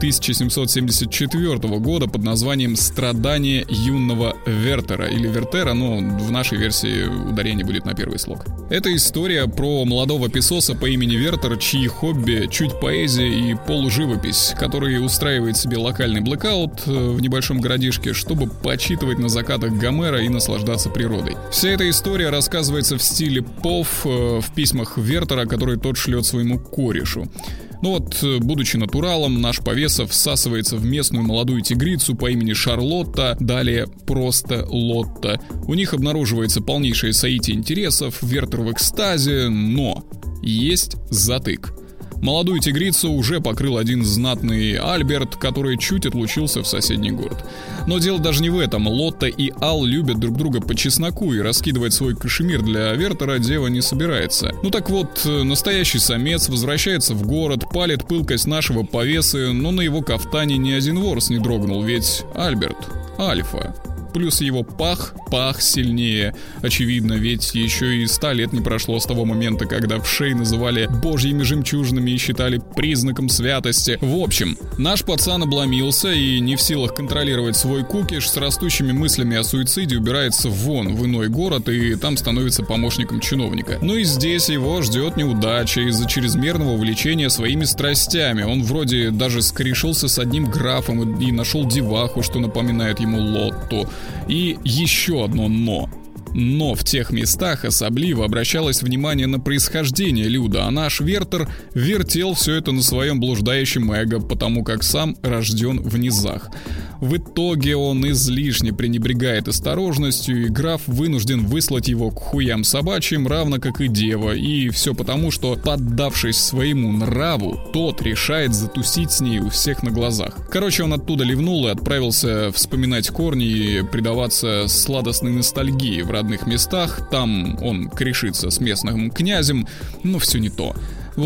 1774 года под названием «Страдания юного Вертера» или Вертера, но в нашей версии ударение будет на первый слог. Это история про молодого писоса по имени Вертер, чьи хобби чуть поэзия и полуживопись, который устраивает себе локальный блэкаут в небольшом городишке, чтобы почитывать на закатах Гомера и наслаждаться природой. Вся эта история рассказывается в стиле пов в письмах Вертера, которые тот шлет своему корешу. Ну вот, будучи натуралом, наш повеса всасывается в местную молодую тигрицу по имени Шарлотта, далее просто Лотта. У них обнаруживается полнейшее соитие интересов, Вертер в экстазе, но есть затык. Молодую тигрицу уже покрыл один знатный Альберт, который чуть отлучился в соседний город. Но дело даже не в этом. Лотта и Ал любят друг друга по чесноку, и раскидывать свой кашемир для Вертера дева не собирается. Ну так вот, настоящий самец возвращается в город, палит пылкость нашего повесы, но на его кафтане ни один ворс не дрогнул, ведь Альберт — альфа. Плюс его пах сильнее. Очевидно, ведь еще и 100 лет не прошло с того момента, когда в шее называли божьими жемчужинами и считали признаком святости. В общем, наш пацан обломился и не в силах контролировать свой кукиш, с растущими мыслями о суициде убирается вон в иной город и там становится помощником чиновника. Ну и здесь его ждет неудача из-за чрезмерного увлечения своими страстями. Он вроде даже скорешился с одним графом и нашел деваху, что напоминает ему Лотту. И еще одно «но». Но в тех местах особливо обращалось внимание на происхождение Люда, а наш Вертер вертел все это на своем блуждающем эго, потому как сам рожден в низах. В итоге он излишне пренебрегает осторожностью, и граф вынужден выслать его к хуям собачьим, равно как и дева, и все потому, что, поддавшись своему нраву, тот решает затусить с ней у всех на глазах. Короче, он оттуда ливнул и отправился вспоминать корни и предаваться сладостной ностальгии в родных местах. Там он корешится с местным князем, но все не то. Вот,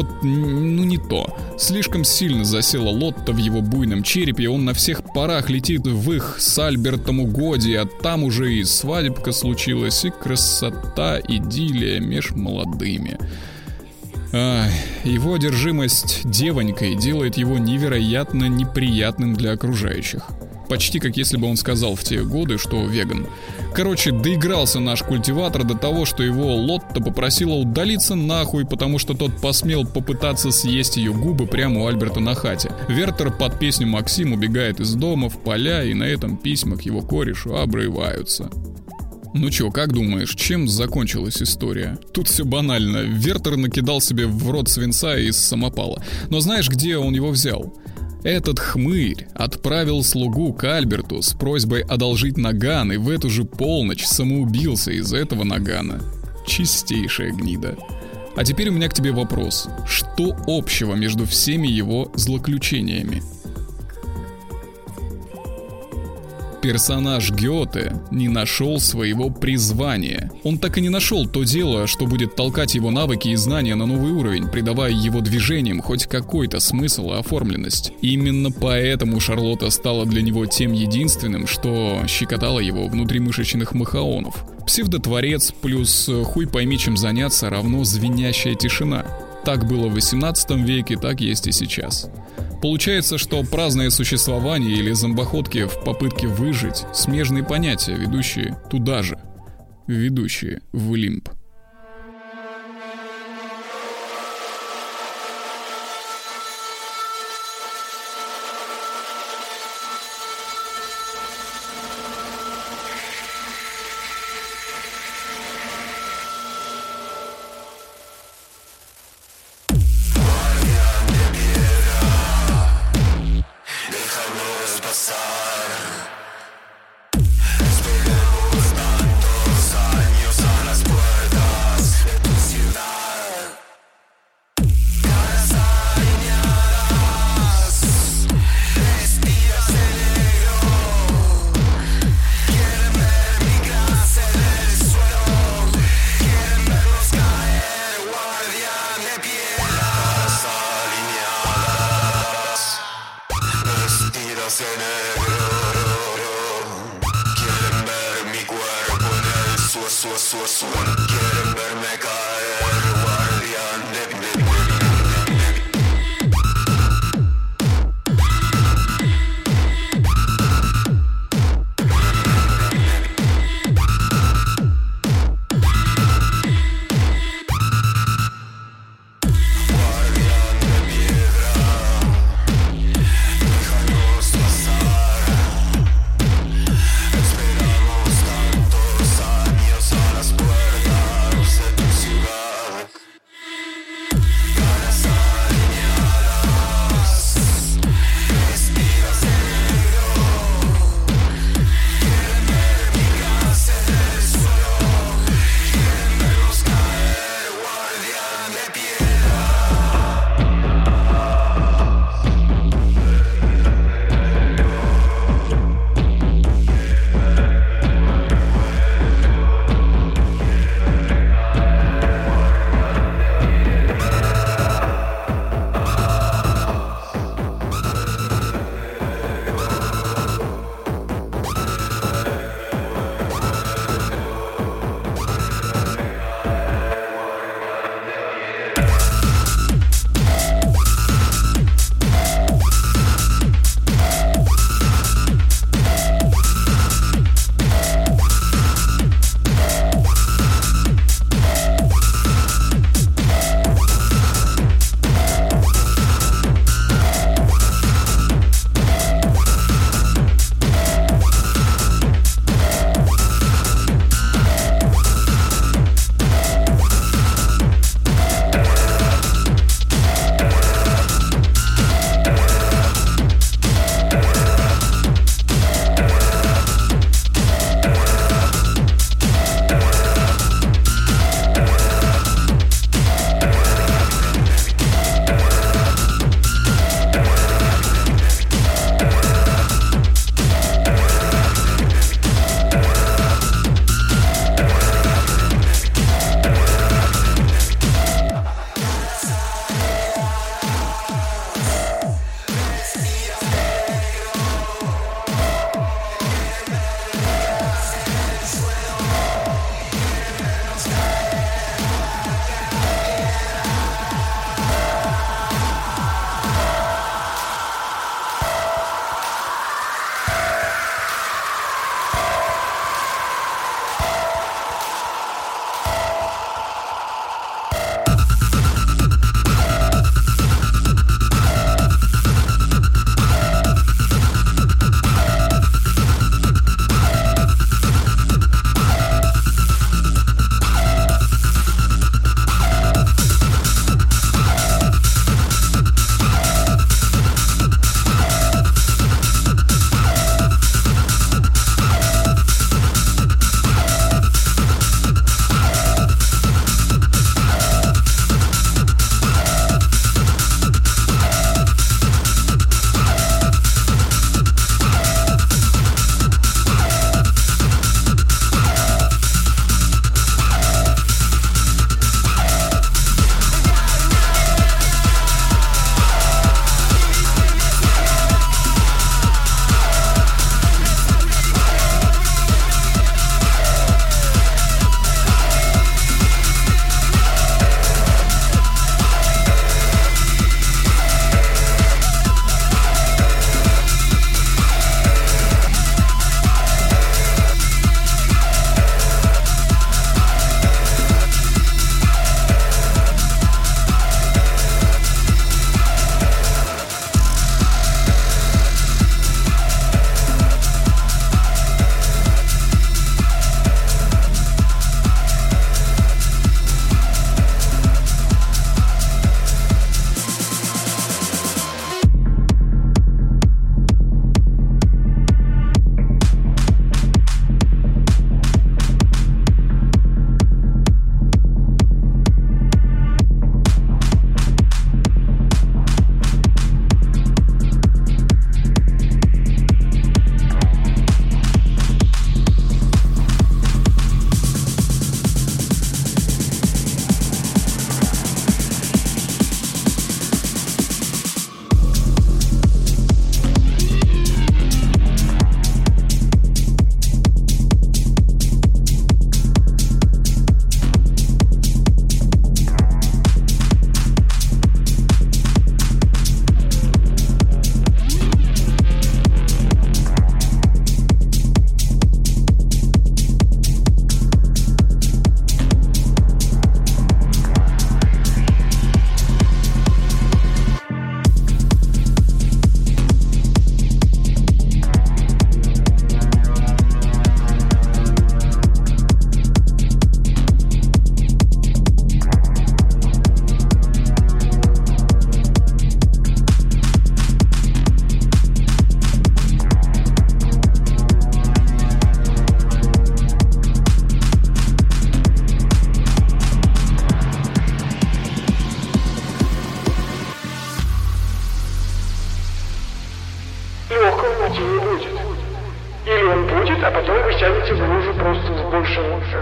не то. Слишком сильно засела Лотта в его буйном черепе, он на всех парах летит в их с Альбертом угодье, а там уже и свадебка случилась, и красота, идиллия меж молодыми. Его одержимость девонькой делает его невероятно неприятным для окружающих. Почти как если бы он сказал в те годы, что веган. Короче, доигрался наш культиватор до того, что его Лотта попросила удалиться нахуй, потому что тот посмел попытаться съесть ее губы прямо у Альберта на хате. Вертер под песню Максим убегает из дома в поля, и на этом письма к его корешу обрываются. Ну чё, как думаешь, чем закончилась история? Тут все банально. Вертер накидал себе в рот свинца из самопала. Но знаешь, где он его взял? Этот хмырь отправил слугу к Альберту с просьбой одолжить наган, и в эту же полночь самоубился из этого нагана. Чистейшая гнида. А теперь у меня к тебе вопрос. Что общего между всеми его злоключениями? Персонаж Гёте не нашел своего призвания. Он так и не нашел то дело, что будет толкать его навыки и знания на новый уровень, придавая его движениям хоть какой-то смысл и оформленность. Именно поэтому Шарлотта стала для него тем единственным, что щекотало его внутримышечных махаонов. Псевдотворец плюс хуй пойми чем заняться равно звенящая тишина. Так было в 18 веке, так есть и сейчас. Получается, что праздное существование или зомбоходки в попытке выжить — смежные понятия, ведущие туда же, ведущие в Олимп. Quieren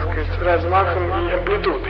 сказать, размахом и амплитудой.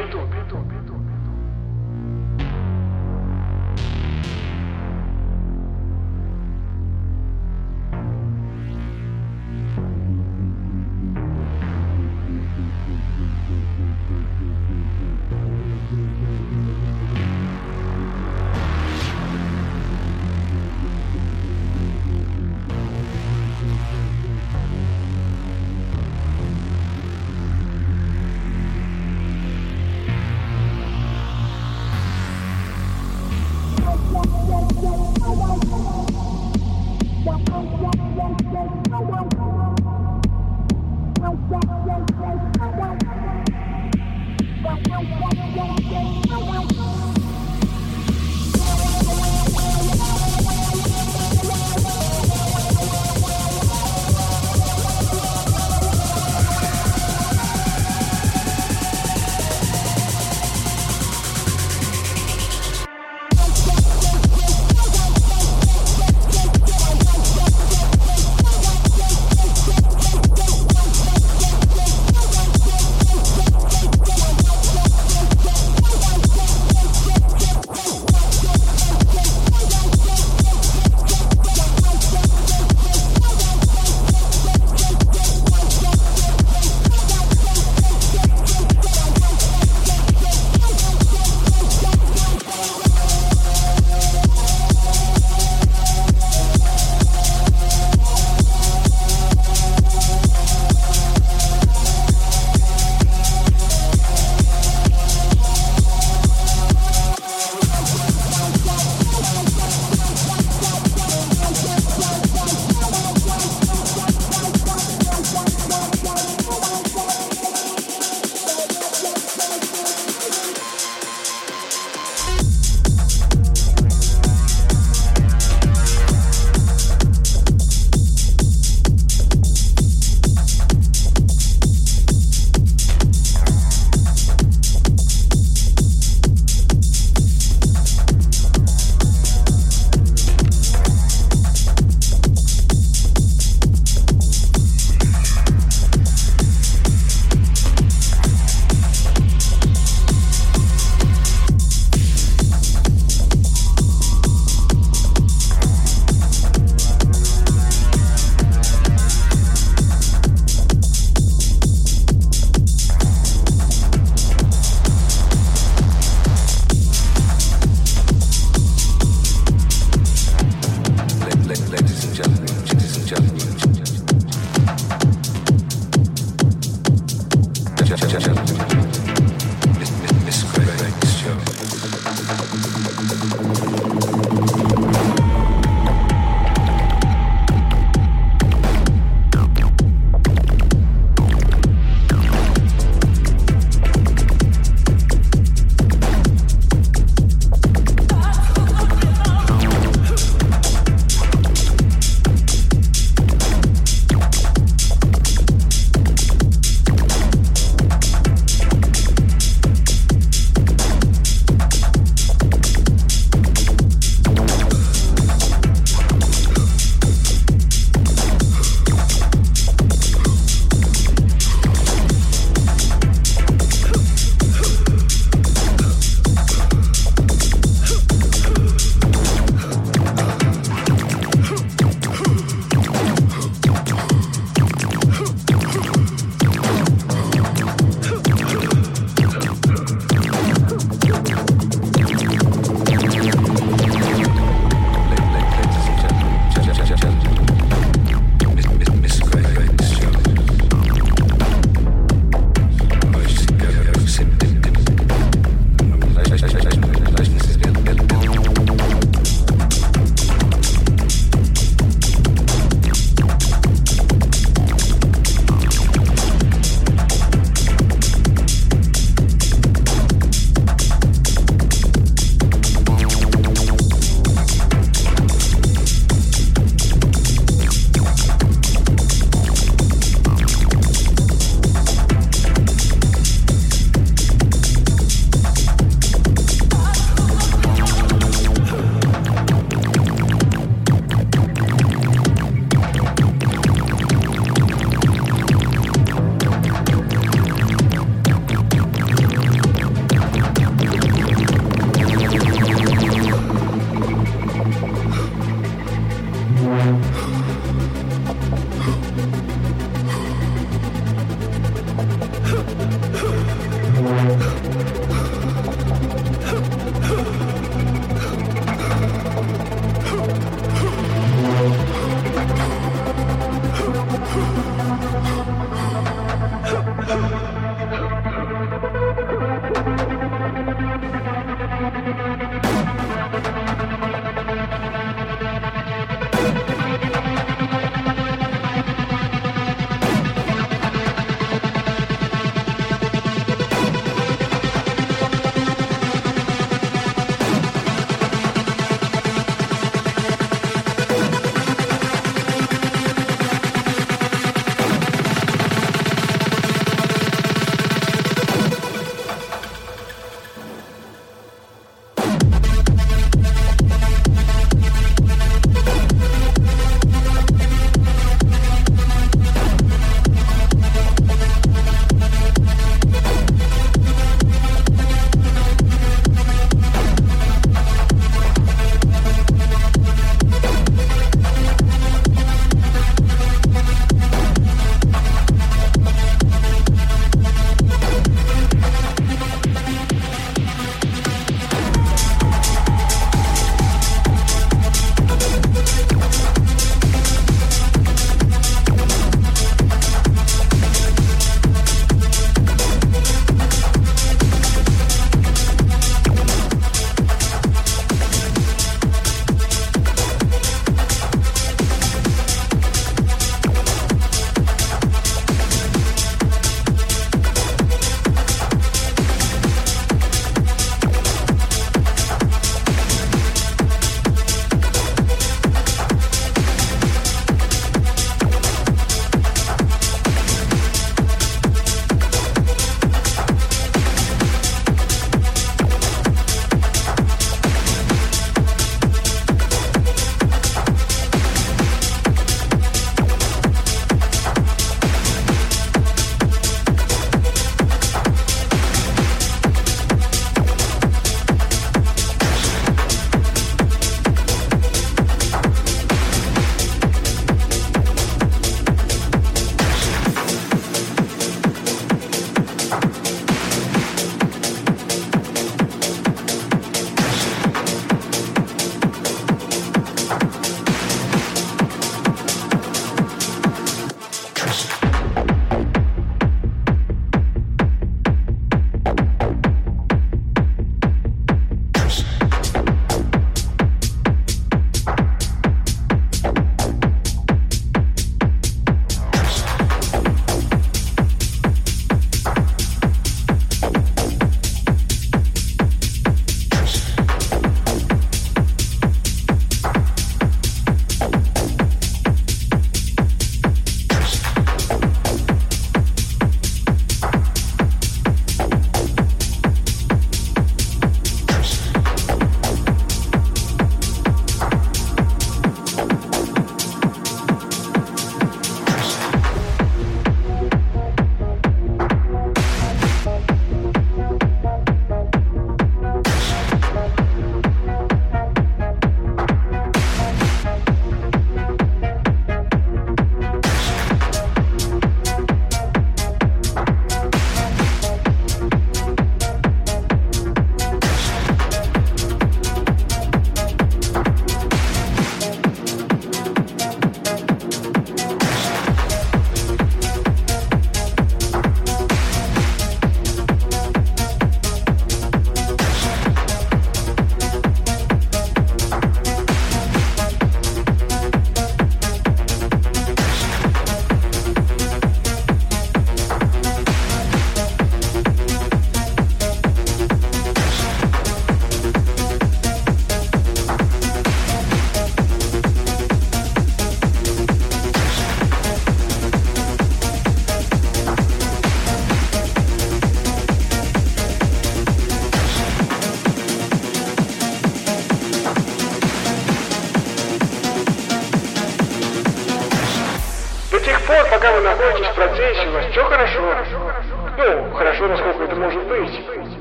находитесь в процессе, у вас все хорошо. Ну, хорошо, насколько это может быть.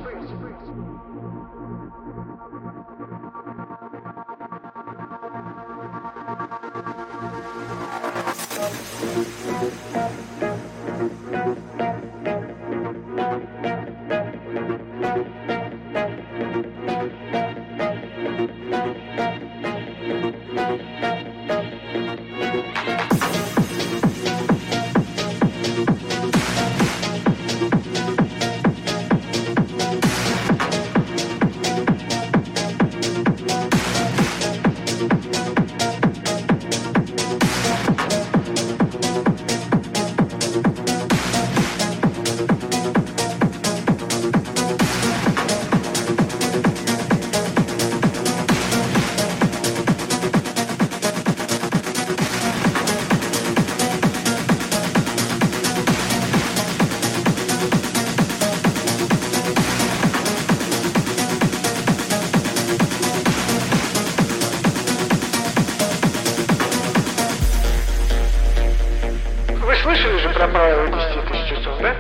Слышали же про правила 10 тысяч часов, да?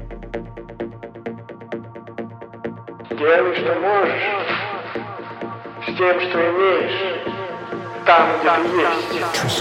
Делай, что можешь, с тем, что имеешь, там, где ты есть.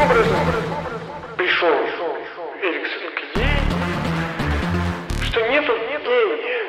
образом пришел Эриксон к идее, что нету гения.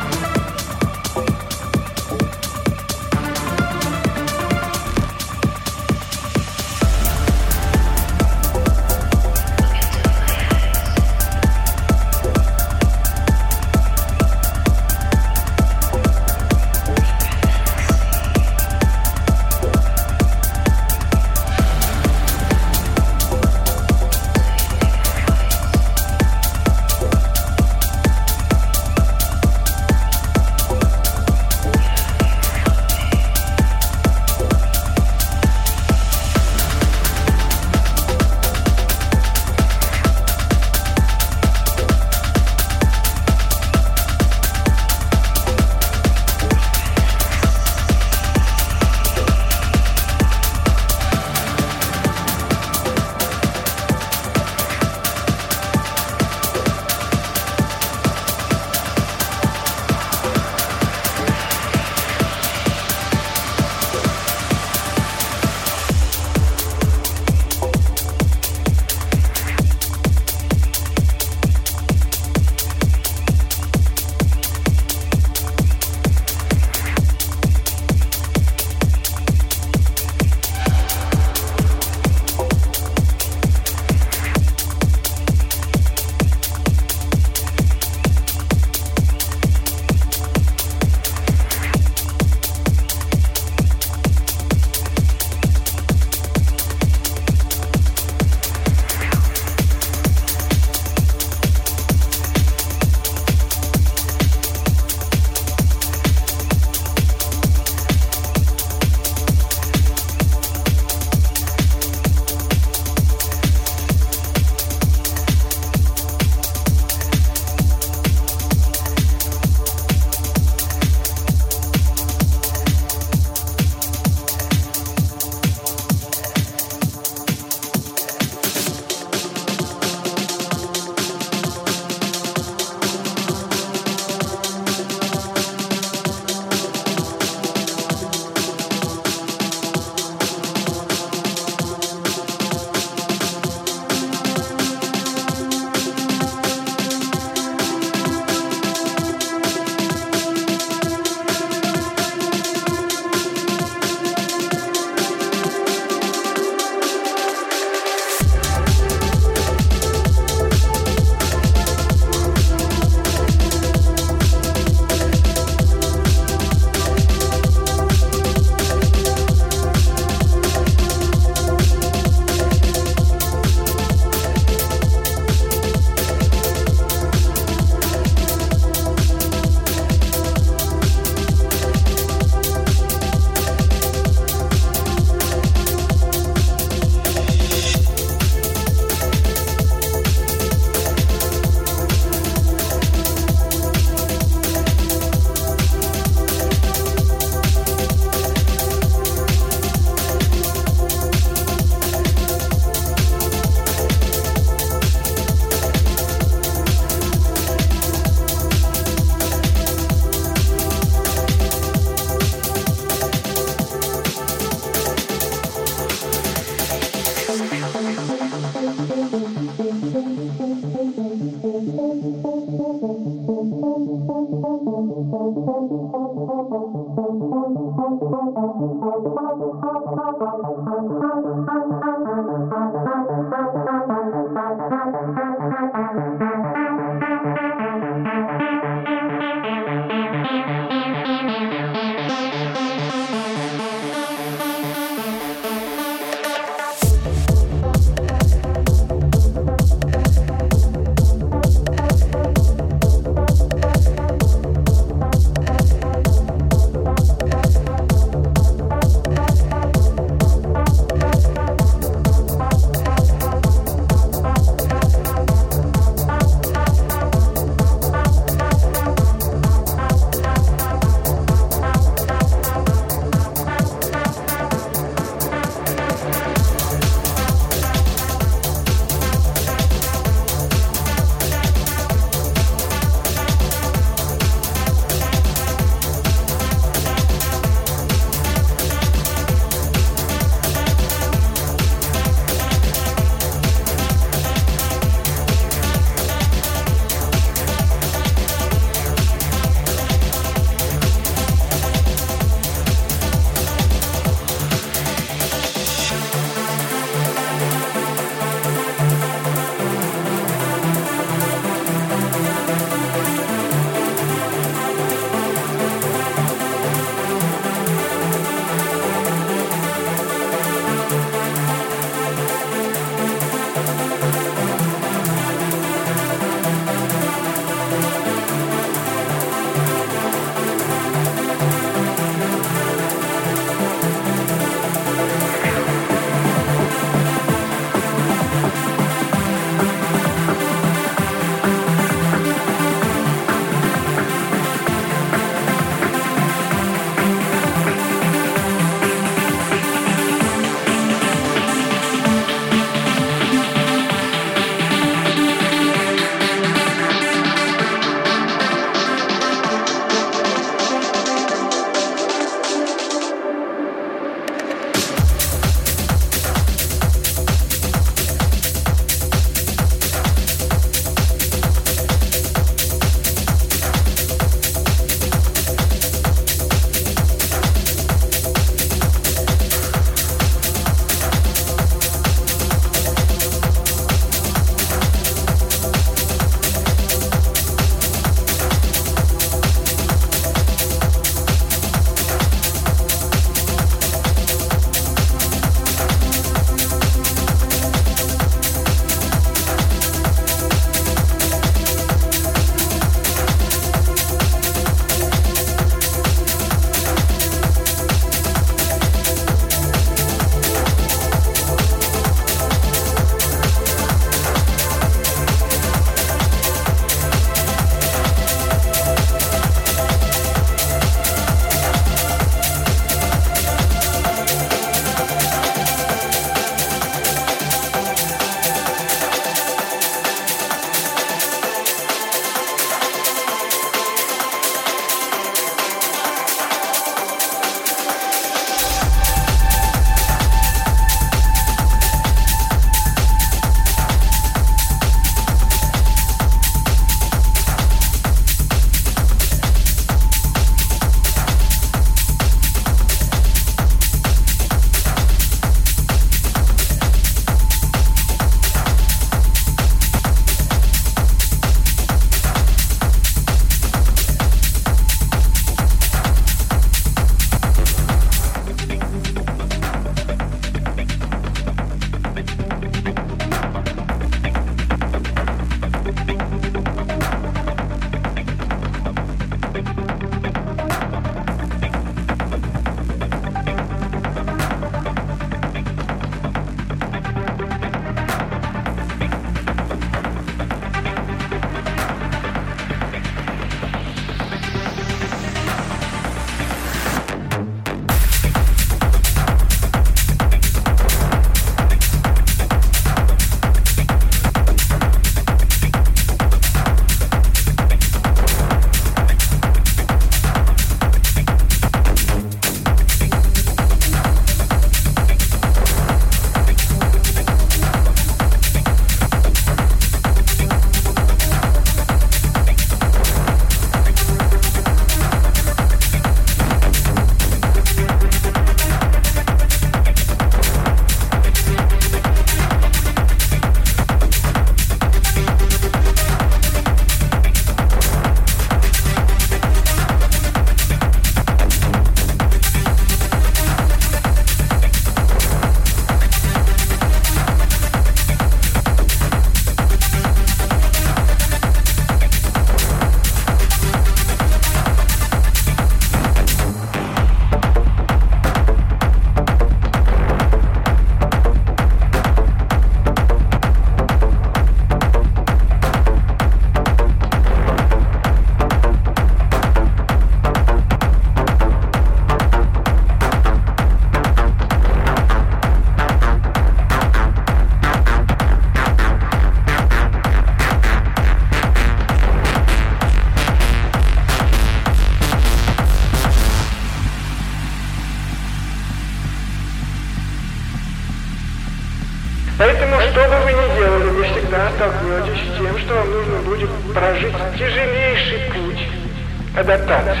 Поэтому, что бы вы ни делали, вы всегда столкнетесь с тем, что вам нужно будет прожить тяжелейший путь адаптации.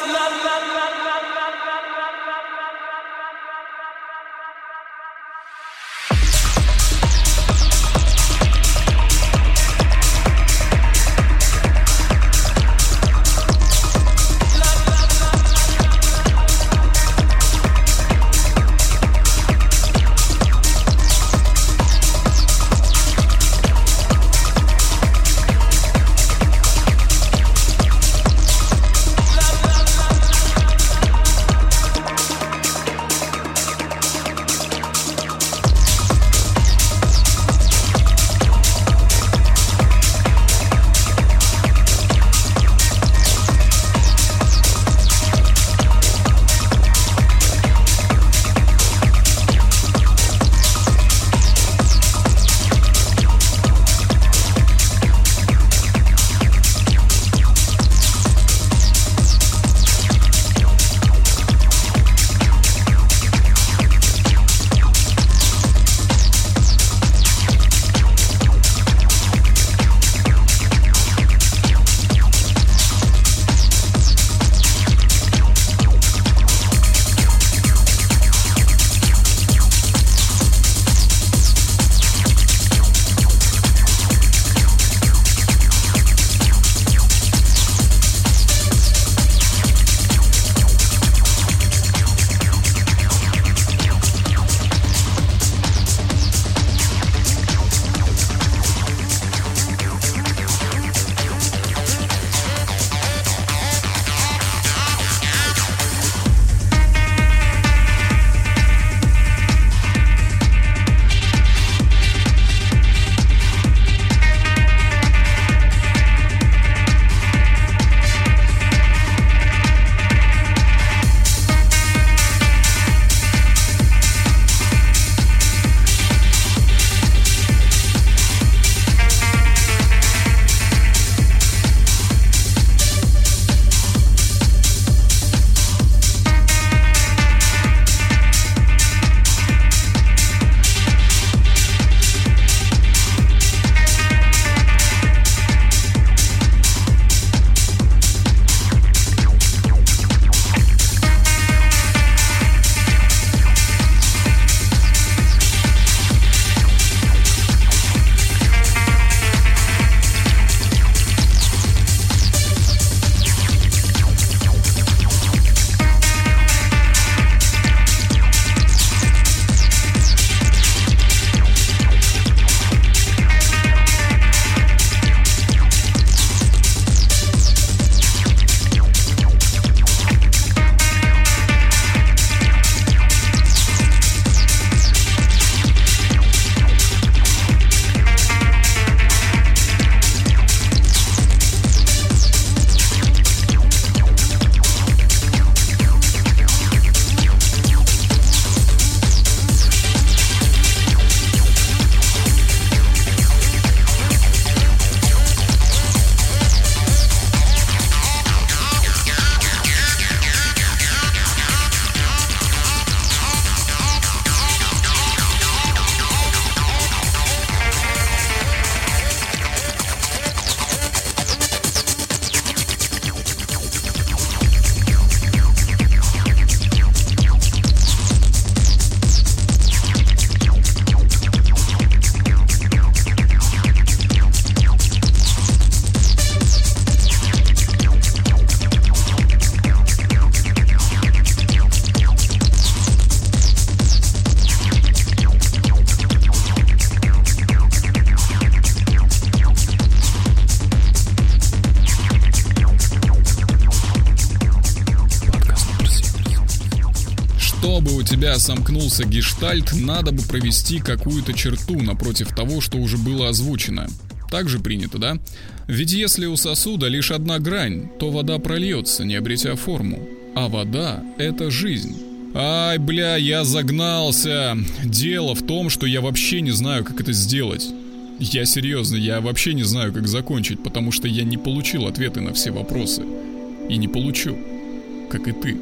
Чтобы у тебя сомкнулся гештальт, надо бы провести какую-то черту напротив того, что уже было озвучено. Так же принято, да? Ведь если у сосуда лишь одна грань, то вода прольется, не обретя форму. А вода — это жизнь. Ай, бля, я загнался. Дело в том, что я вообще не знаю, как это сделать. Я серьезно, я вообще не знаю, как закончить, потому что я не получил ответы на все вопросы. И не получу, как и ты.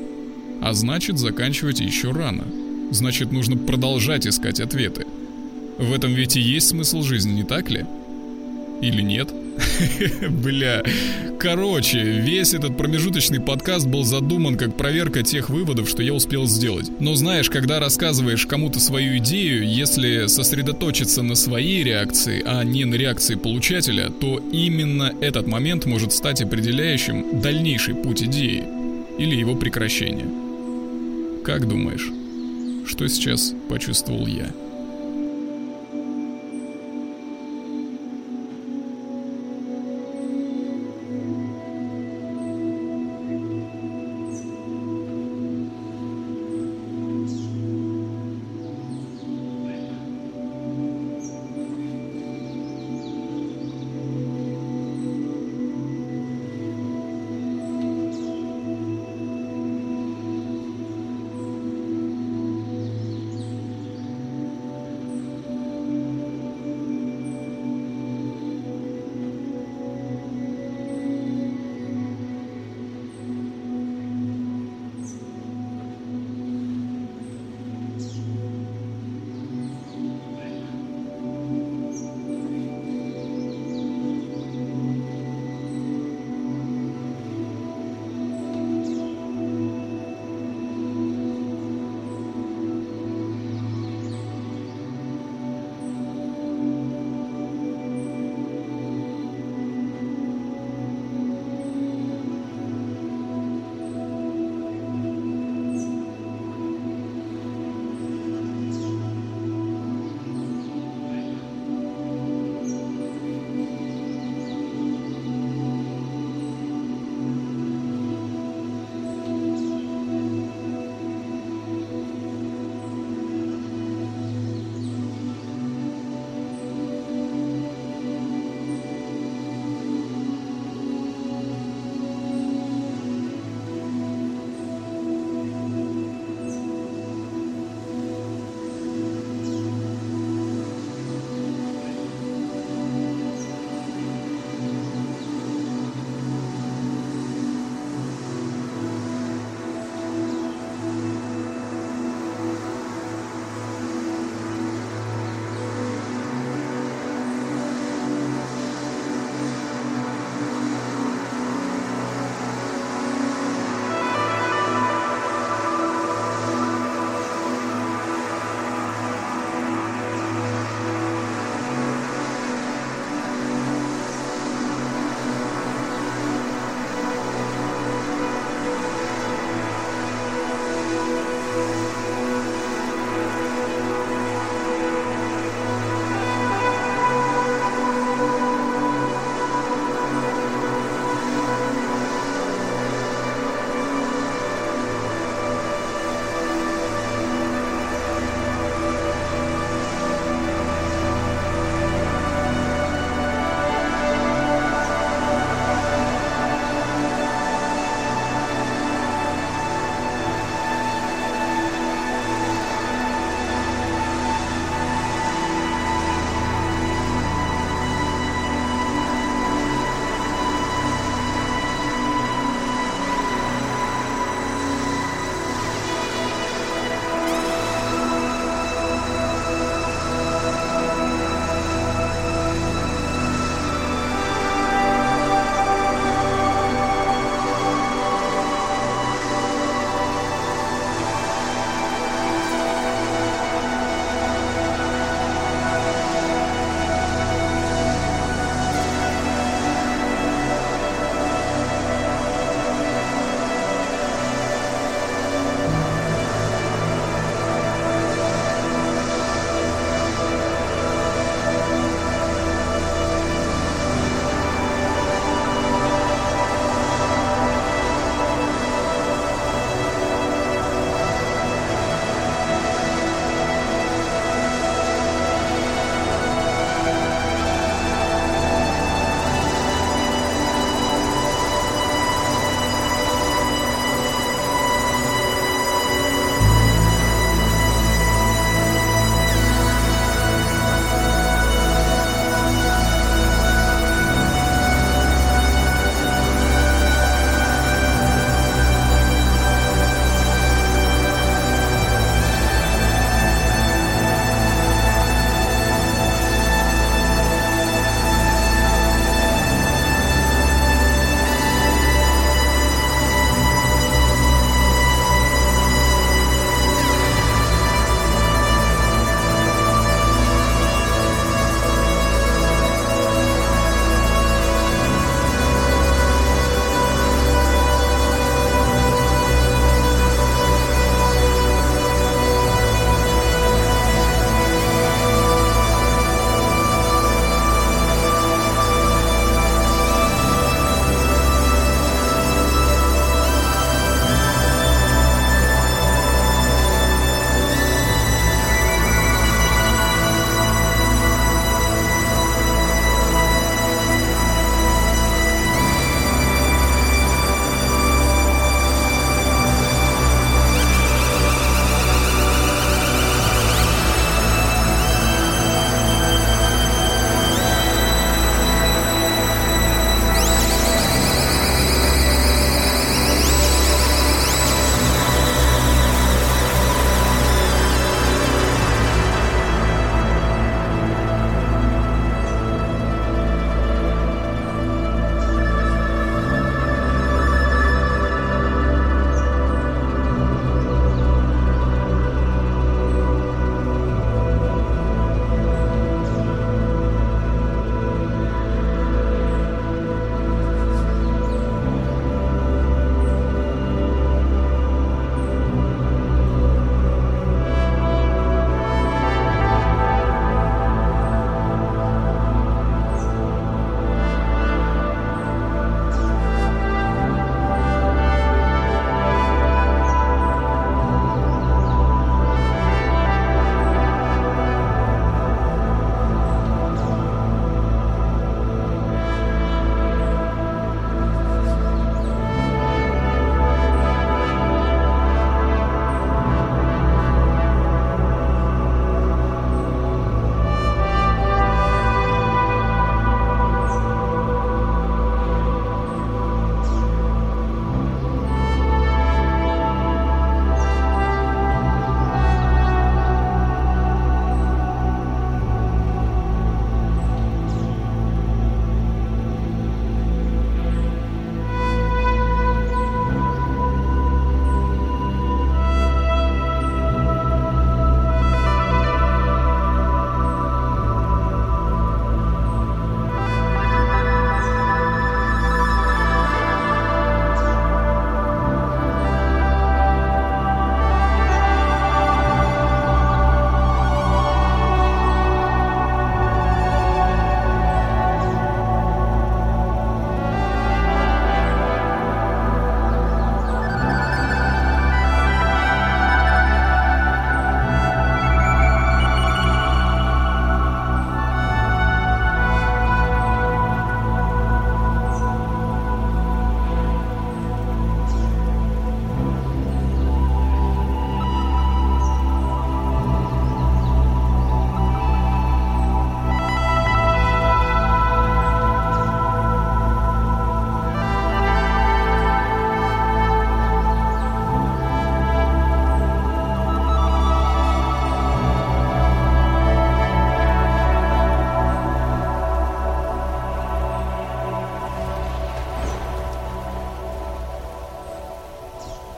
А значит, заканчивать еще рано. Значит, нужно продолжать искать ответы. В этом ведь и есть смысл жизни, не так ли? Или нет? Бля. Короче, весь этот промежуточный подкаст был задуман как проверка тех выводов, что я успел сделать. Но знаешь, когда рассказываешь кому-то свою идею, если сосредоточиться на своей реакции, а не на реакции получателя, то именно этот момент может стать определяющим дальнейший путь идеи или его прекращение. Как думаешь, что сейчас почувствовал я?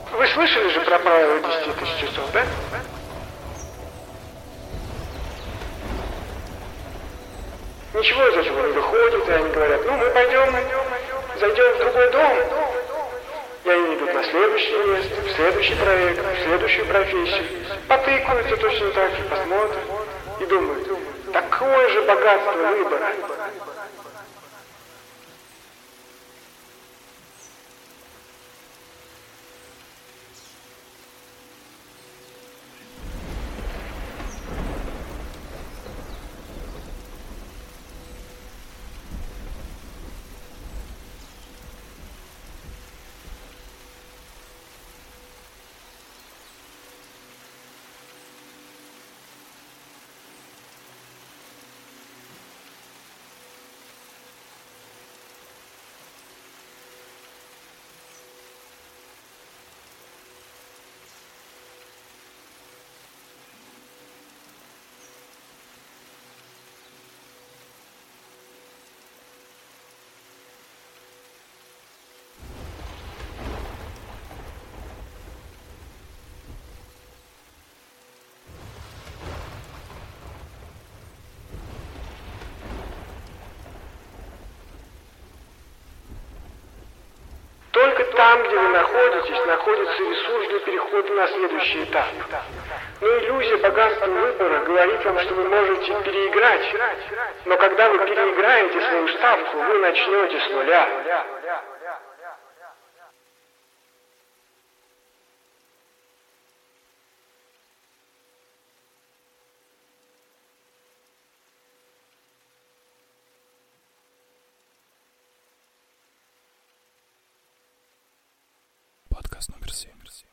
Вы слышали же про правило 10 тысяч часов, да? Ничего из этого не выходит, и они говорят, ну мы пойдем, зайдем в другой дом. И они идут на следующее место, в следующий проект, в следующую профессию. Потыкаются точно так же, посмотрят и думают, такое же богатство выбора. Только там, где вы находитесь, находится ресурс для перехода на следующий этап. Но иллюзия богатства выбора говорит вам, что вы можете переиграть. Но когда вы переиграете свою ставку, вы начнете с нуля. Подкаст номер 7.